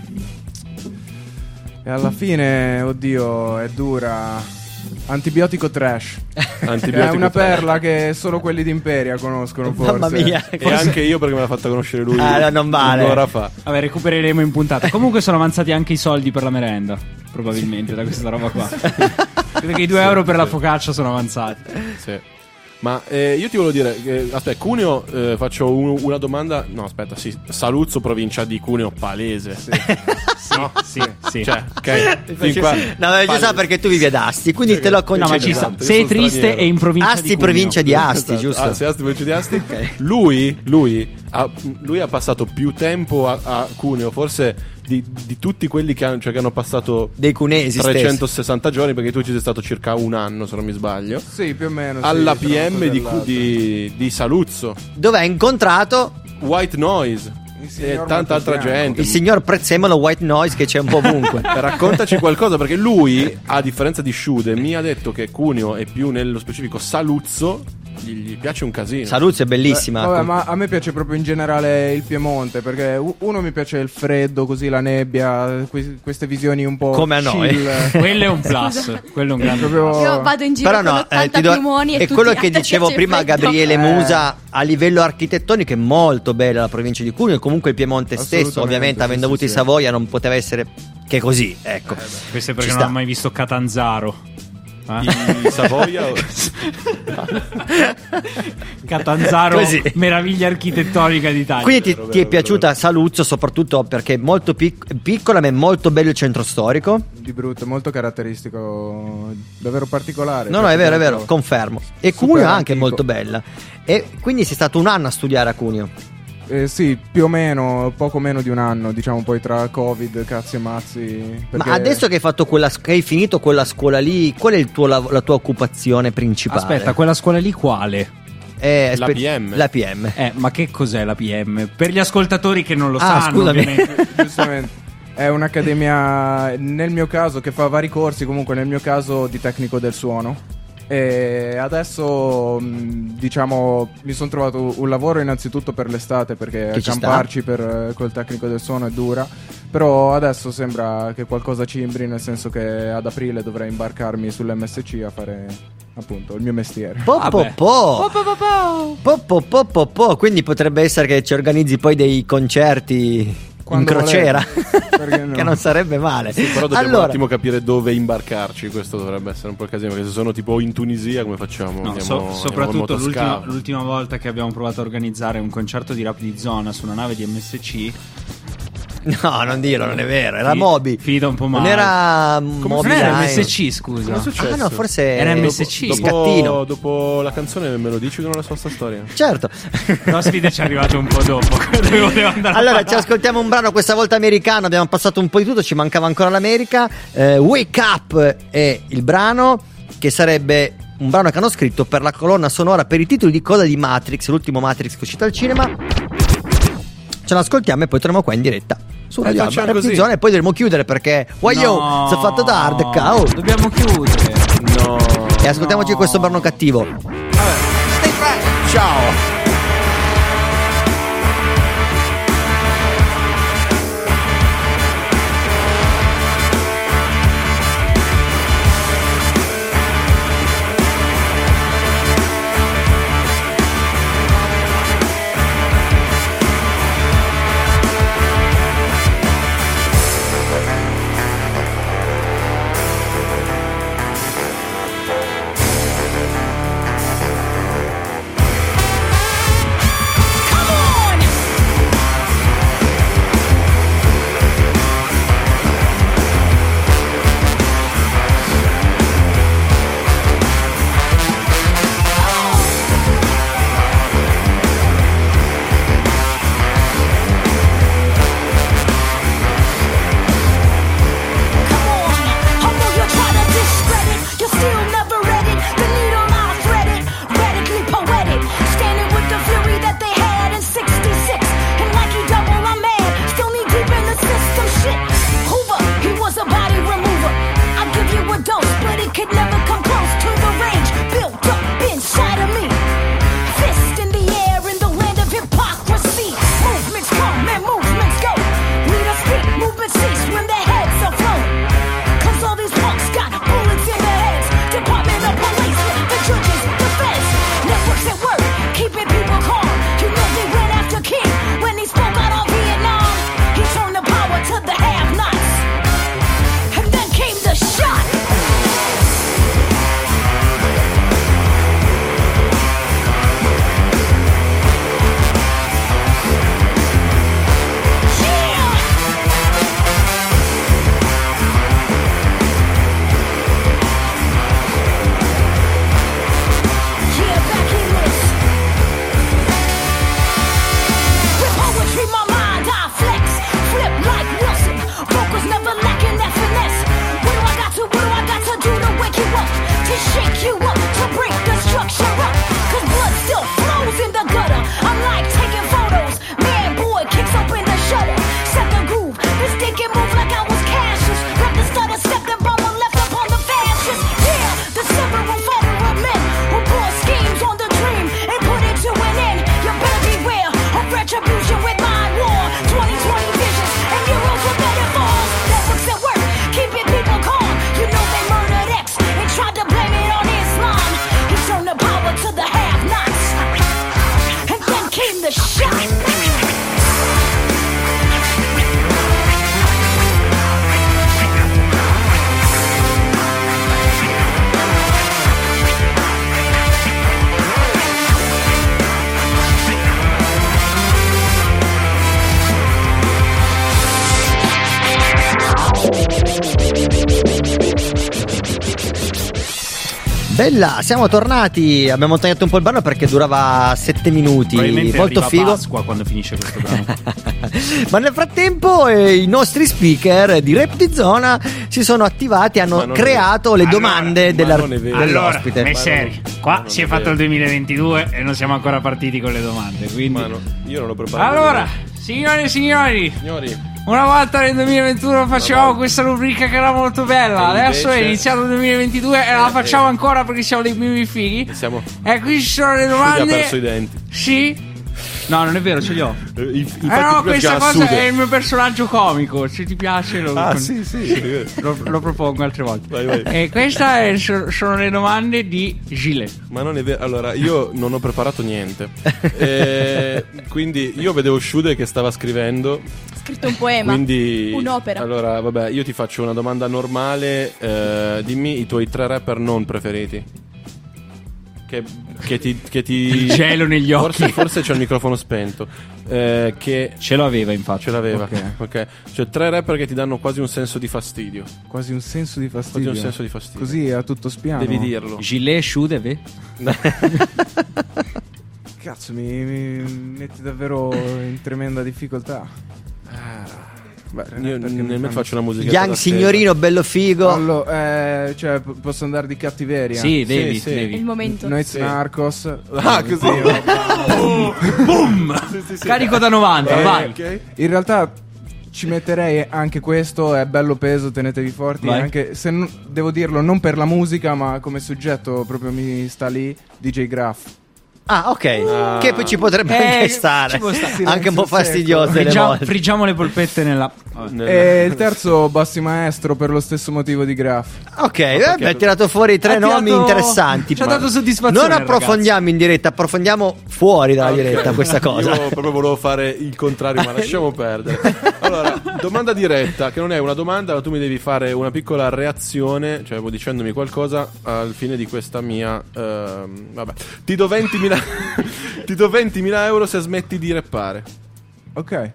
alla fine, oddio, è dura. Antibiotico Trash. È una perla che solo quelli di Imperia conoscono, forse. Mamma mia. E anche io perché me l'ha fatta conoscere lui. Non vale. Un'ora fa. Vabbè, recupereremo in puntata. Comunque sono avanzati anche i soldi per la merenda, probabilmente, da questa roba qua. Credo che i 2 euro per la focaccia sono avanzati. Sì. Ma io ti volevo dire, aspetta, Cuneo, faccio una domanda. No, aspetta, sì. Saluzzo, provincia di Cuneo, palese. Sì. Cioè, ok. Fin qua, No, già sa perché tu vivi ad Asti, quindi te lo concedo. No, ma ci sta. Esatto, io Sei sono triste straniero. e in provincia Asti, di Cuneo. provincia di Asti, Esatto. giusto? Ah, sì, Asti, provincia di Asti. Lui ha passato più tempo a Cuneo, forse di tutti quelli che hanno passato dei cunesi 360 giorni, perché tu ci sei stato circa un anno, se non mi sbaglio. Sì, più o meno. Alla sì, PM di Saluzzo, dove ha incontrato White Noise e tanta altra gente. il signor Prezzemolo White Noise, che c'è un po' ovunque. Raccontaci qualcosa, perché lui, a differenza di Sciude, mi ha detto che Cuneo e più nello specifico Saluzzo gli piace un casino. Saluzzo è bellissima. Vabbè, ma a me piace proprio in generale il Piemonte, perché uno mi piace il freddo, così la nebbia, queste visioni un po' come a noi. Quello è un plus. Quello è un grande Proprio- plus. Io vado in giro Però con no, 80 piumoni e è tutti quello a che te dicevo piace il prima a freddo. Gabriele Musa, a livello architettonico è molto bella la provincia di Cuneo, e comunque il Piemonte stesso, Assolutamente, ovviamente, sì, avendo sì, avuto sì. i Savoia, non poteva essere che così, ecco. Questo è perché Ci non sta. ho mai visto Catanzaro. Di Savoia o- Catanzaro, Così. meraviglia architettonica d'Italia. Quindi ti è piaciuta Saluzzo, soprattutto perché è molto piccola, ma è molto bello il centro storico. Di brutto, molto caratteristico, davvero particolare. No, è vero, confermo. E Super Cuneo anche è antico. molto bella. E quindi sei stato un anno a studiare a Cuneo. Sì, più o meno, poco meno di un anno, diciamo, poi tra Covid, cazzi e mazzi. Perché... Ma adesso che hai fatto che hai finito quella scuola lì, qual è la tua occupazione principale? Aspetta, quella scuola lì quale? La PM. La PM. Ma che cos'è la PM? Per gli ascoltatori che non lo Ah, sanno, scusami. ovviamente. Giustamente. È un'accademia, nel mio caso, che fa vari corsi, comunque nel mio caso di tecnico del suono. E adesso, diciamo, mi sono trovato un lavoro innanzitutto per l'estate, perché Che ci accamparci col tecnico del suono è dura. Però adesso sembra che qualcosa cimbri, nel senso che ad aprile dovrei imbarcarmi sull'MSC a fare, appunto, il mio mestiere. Quindi potrebbe essere che ci organizzi poi dei concerti Quando in crociera. Perché no? Che non sarebbe male. Sì, però dobbiamo un Allora, attimo capire dove imbarcarci. Questo dovrebbe essere un po' il casino, perché se sono tipo in Tunisia, come facciamo? No, Andiamo soprattutto in motoscafo. l'ultima volta che abbiamo provato a organizzare un concerto di rap di zona su una nave di MSC, No, non dirlo, non è vero. Era Moby. Finita un po' male. Non era Come Moby non era Line. MSC, scusa. Cosa è successo? Ah no, forse era MSC. Scattino. Dopo la canzone me lo dici che non la so sta storia. Certo. No, Sfida ci è arrivato un po' dopo. Volevo andare Allora ci ascoltiamo un brano questa volta americano. Abbiamo passato un po' di tutto, ci mancava ancora l'America. Wake Up è il brano, che sarebbe un brano che hanno scritto per la colonna sonora, per i titoli di coda di Matrix, l'ultimo Matrix che è uscito al cinema. Ce l'ascoltiamo e poi torniamo qua in diretta su Radio Alba facciamo così. Zona, e poi dovremo chiudere perché No, si è fatto tardi, cao. Dobbiamo chiudere. No. E ascoltiamoci questo brano cattivo. Ciao. Bella, siamo tornati. Abbiamo tagliato un po' il brano perché durava 7 minuti. Probabilmente molto arriva figo. Pasqua quando finisce questo brano. Ma nel frattempo i nostri speaker di Rap di Zona si sono attivati e hanno creato le domande dell'ospite. Allora, Messeri, qua si è fatto il 2022 e non siamo ancora partiti con le domande. Quindi... io non l'ho preparato. Allora, signore e signori, una volta nel 2021 facevamo questa rubrica che era molto bella. Adesso è iniziato il 2022 e la facciamo ancora perché siamo dei bimbi fighi. E qui ci sono le domande. Ha perso i denti. Sì. No, non è vero, ce li ho. No, questa cosa è il mio personaggio comico. Se ti piace lo lo propongo altre volte. Vai. E queste sono le domande di Gilet. Ma non è vero. Allora, io non ho preparato niente. Quindi io vedevo Shude che stava scrivendo. Scritto un poema. Quindi un'opera. Allora, vabbè, io ti faccio una domanda normale. Dimmi i tuoi 3 rapper non preferiti. che ti gelo negli occhi. Forse c'è il microfono spento. Che ce l'aveva, infatti. Ce l'aveva. Ok. Cioè 3 rapper che ti danno quasi un senso di fastidio. Quasi un senso di fastidio. Così a tutto spiano. Devi dirlo. Gilet Sciudeve? Cazzo, mi metti davvero in tremenda difficoltà. Beh, io nemmeno faccio una musica. Young signorino bello figo. Allora, cioè, posso andare di cattiveria? Sì, devi. È il momento. Noiz Narcos. Così. Boom! Carico da 90, vai. Okay. In realtà ci metterei anche questo, è bello peso, tenetevi forti. Vai. Anche se devo dirlo, non per la musica, ma come soggetto proprio mi sta lì, DJ Graff. Ah, ok. Che poi ci potrebbe anche stare. Anche un po' fastidioso delle volte. Friggiamo le polpette nella. E il terzo Bassi Maestro per lo stesso motivo di Graff. Ok, hai tirato fuori 3 nomi interessanti. Ci ha dato soddisfazione. Non approfondiamo in diretta, approfondiamo fuori dalla diretta questa cosa. Io proprio volevo fare il contrario, ma lasciamo perdere. Allora, domanda diretta, che non è una domanda, ma tu mi devi fare una piccola reazione, cioè dicendomi qualcosa al fine di questa mia. Vabbè, ti do 20.000 euro se smetti di rappare. Ok.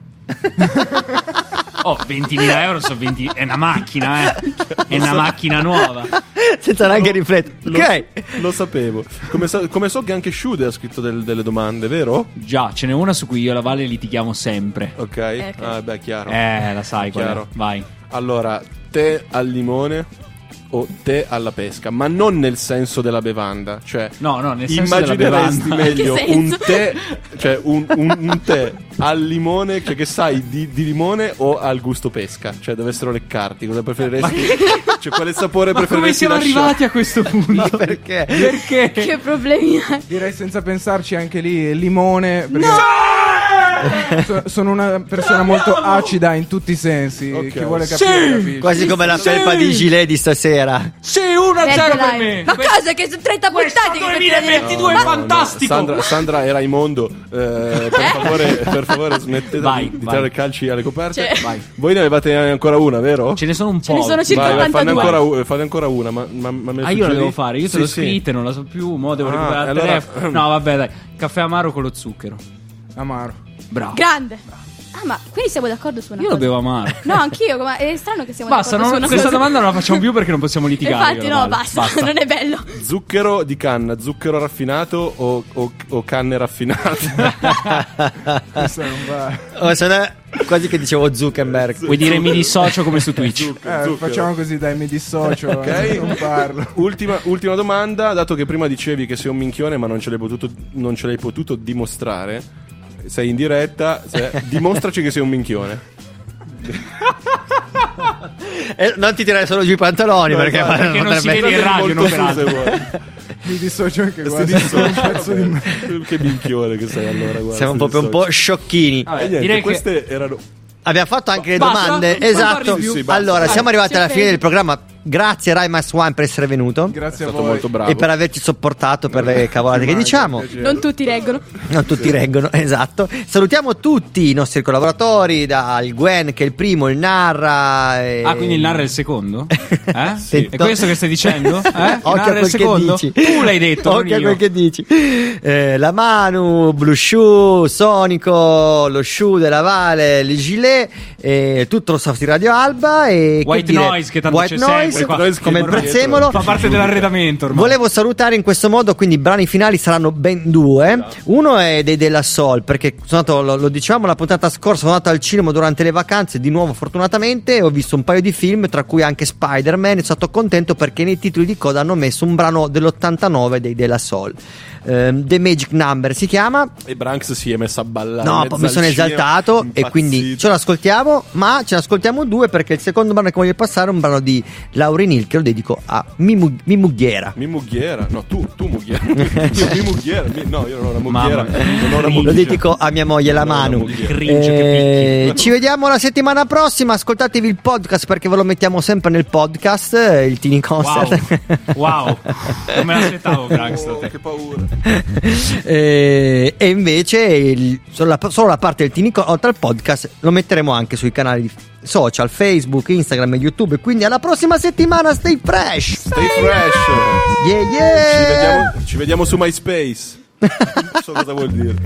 20.000 euro sono 20. È una macchina, È una macchina nuova. Senza neanche riflettere. Ok. Lo sapevo. Come so che anche Shude ha scritto delle domande, vero? Già, ce n'è una su cui io e la Vale litighiamo sempre. Ok. Beh, chiaro. La sai chiaro. Vai. Allora, tè al limone o tè alla pesca, ma non nel senso della bevanda, cioè no, nel senso della bevanda. Immagineresti meglio un tè, cioè un tè al limone, cioè che sai di limone o al gusto pesca, cioè dovessero leccarti, cosa preferiresti? Cioè quale sapore preferiresti? Ma come siamo arrivati a questo punto? Ma perché? Che problemi hai? Direi senza pensarci anche lì limone, perché sono una persona molto acida in tutti i sensi. Okay. Chi vuole capire capisce. Quasi come la felpa di Gilet di stasera. Sì, 1-0 per me. Ma cosa che sono 30 puntate che 2022 è fantastico. Sandra e Raimondo, per favore smettete di tirare calci alle coperte. Cioè. Voi ne avevate ancora una, vero? Ce ne sono un po'. Ce ne sono circa 82. Fate ancora una, ma io la devo fare, io te l'ho scritta, non la so più, mo devo recuperare il telefono. No, vabbè, dai. Caffè amaro con lo zucchero. Amaro. Bravo. Grande. Ma quindi siamo d'accordo su una cosa? Io lo bevo amaro. No, anch'io, ma è strano che siamo d'accordo su una cosa. Questa domanda non la facciamo più perché non possiamo litigare. Infatti no, basta, non è bello. Zucchero di canna, zucchero raffinato o canne raffinate? Questo non va. Quasi che dicevo Zuckerberg. Vuoi dire mi dissocio come su Twitch? Facciamo così, dai, mi dissocio. Ok, non parlo. Ultima domanda, dato che prima dicevi che sei un minchione ma non ce l'hai potuto dimostrare. Sei in diretta, dimostraci che sei un minchione. Non ti tirare solo giù i pantaloni, no, perché non si vede in radio, non per altro. Mi dissocio anche qua. Che minchione che sei allora, guarda. Siamo proprio un po' sciocchini. Niente, direi queste erano. Abbiamo fatto anche le domande. Esatto. Allora, siamo arrivati alla fine del programma. Grazie Raimas One per essere venuto. Grazie a voi. Molto bravo. E per averci sopportato per le cavolate che diciamo. Non tutti reggono. Non tutti reggono, esatto. Salutiamo tutti i nostri collaboratori, dal Gwen che è il primo, il Narra. Quindi il Narra è il secondo? Sì. È questo che stai dicendo? Occhio a quel che dici. Tu l'hai detto. Occhio a quel che dici. La Manu, Blue Shoe, Sonico, lo Shoe della Vale, il Gilet, tutto lo staff di Radio Alba e White Noise che tanto c'è sempre. Come il prezzemolo, fa parte dell'arredamento ormai. Volevo salutare in questo modo, quindi i brani finali saranno ben 2. Uno è dei della Soul, perché sono andato, lo dicevamo la puntata scorsa, sono andato al cinema durante le vacanze di nuovo fortunatamente, ho visto un paio di film tra cui anche Spider-Man, e sono stato contento perché nei titoli di coda hanno messo un brano dell'89 dei della Soul. The Magic Number si chiama, e Branks si è messo a ballare. No, mi sono esaltato e quindi ce l'ascoltiamo, ma ce l'ascoltiamo 2 perché il secondo brano che voglio passare è un brano di Lauryn Hill che lo dedico a Mimughiera. Mimughiera? No, tu Mughiera. Mimughiera? No, io non ho una Mughiera. Non ho una Lo dedico a mia moglie, la Manu. Ci vediamo la settimana prossima. Ascoltatevi il podcast perché ve lo mettiamo sempre nel podcast, il Tini Concert. Wow. Non me l'aspettavo, Branks. Che paura. E invece solo la parte del Tini oltre al podcast lo metteremo anche sui canali social, Facebook, Instagram e YouTube. Quindi alla prossima settimana, stay fresh! Stay fresh! Yeah, yeah! Ci vediamo su MySpace. Non so cosa vuol dire.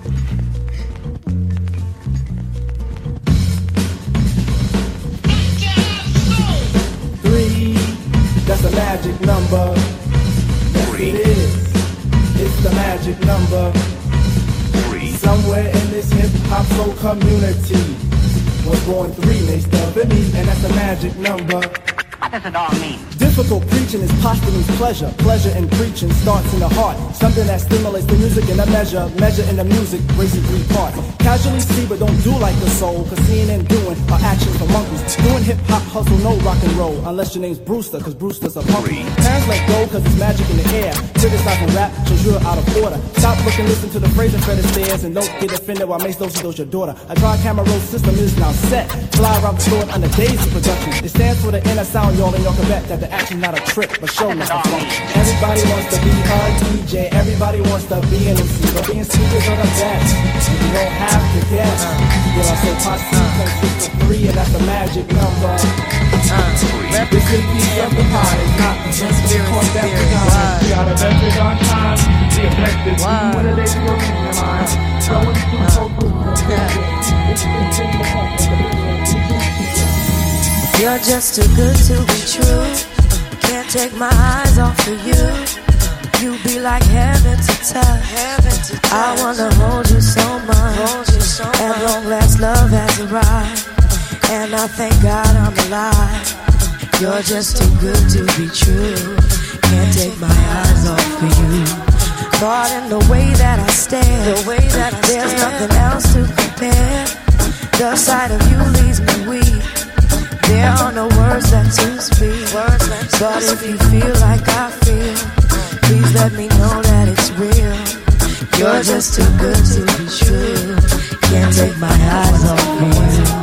That's a magic number. Yes, it is. It's the magic number. Somewhere in this hip-hop soul community was born 3 next to me, and that's a magic number. What does it all mean? Difficult preaching is posthumous pleasure. Pleasure in preaching starts in the heart. Something that stimulates the music in a measure. Measure in the music, racing 3 parts. Casually see but don't do like the soul. Cause seeing and doing are actions for monkeys. Doing hip-hop hustle, no rock and roll. Unless your name's Brewster, cause Brewster's a monkey. Parents let go cause it's magic in the air. Criticizing rap shows you're out of order. Stop looking, listen to the phrase and Fred Astaire. And don't get offended while Mace Dosey your daughter. A tri-camera roll system is now set. Fly around the floor under Daisy Productions. It stands for the inner sound, y'all, and y'all can bet that the action's not a trick, but show must be fun. Everybody wants to be a DJ, everybody wants to be an MC, but being sneakers are the best. You don't have to guess. Well, I say posse 3, and that's the magic number. This is the of the pie, it's not just the course that we got. We got a message on time, the effective. When the days go in your mind, going through so cool. You're just too good to be true. Can't take my eyes off of you. You be like heaven to touch. I wanna hold you so much. At long last, love has arrived, and I thank God I'm alive. You're just too good to be true. Can't take my eyes off of you. Thought in the way that I stare, there's nothing else to compare. The sight of you leaves me weak. There are no words left to speak. But if you feel like I feel, please let me know that it's real. You're just too good to be true. Can't take my eyes off you.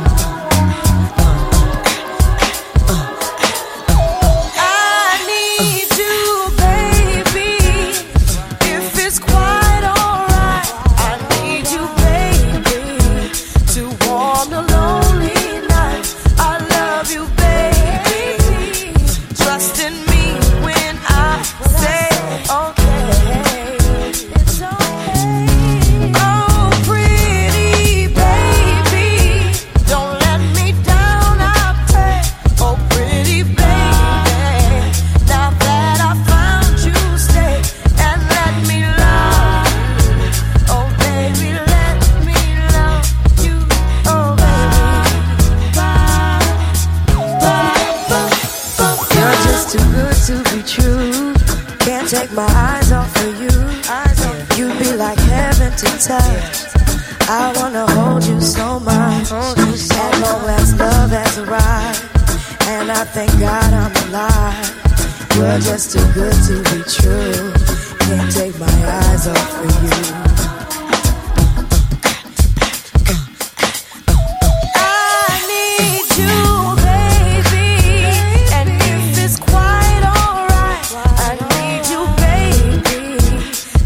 My eyes off of you. You be like heaven to touch. I wanna hold you so much. At long last, love has arrived, and I thank God I'm alive. You're just too good to be true. Can't take my eyes off of you.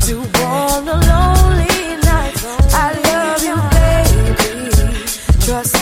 Trust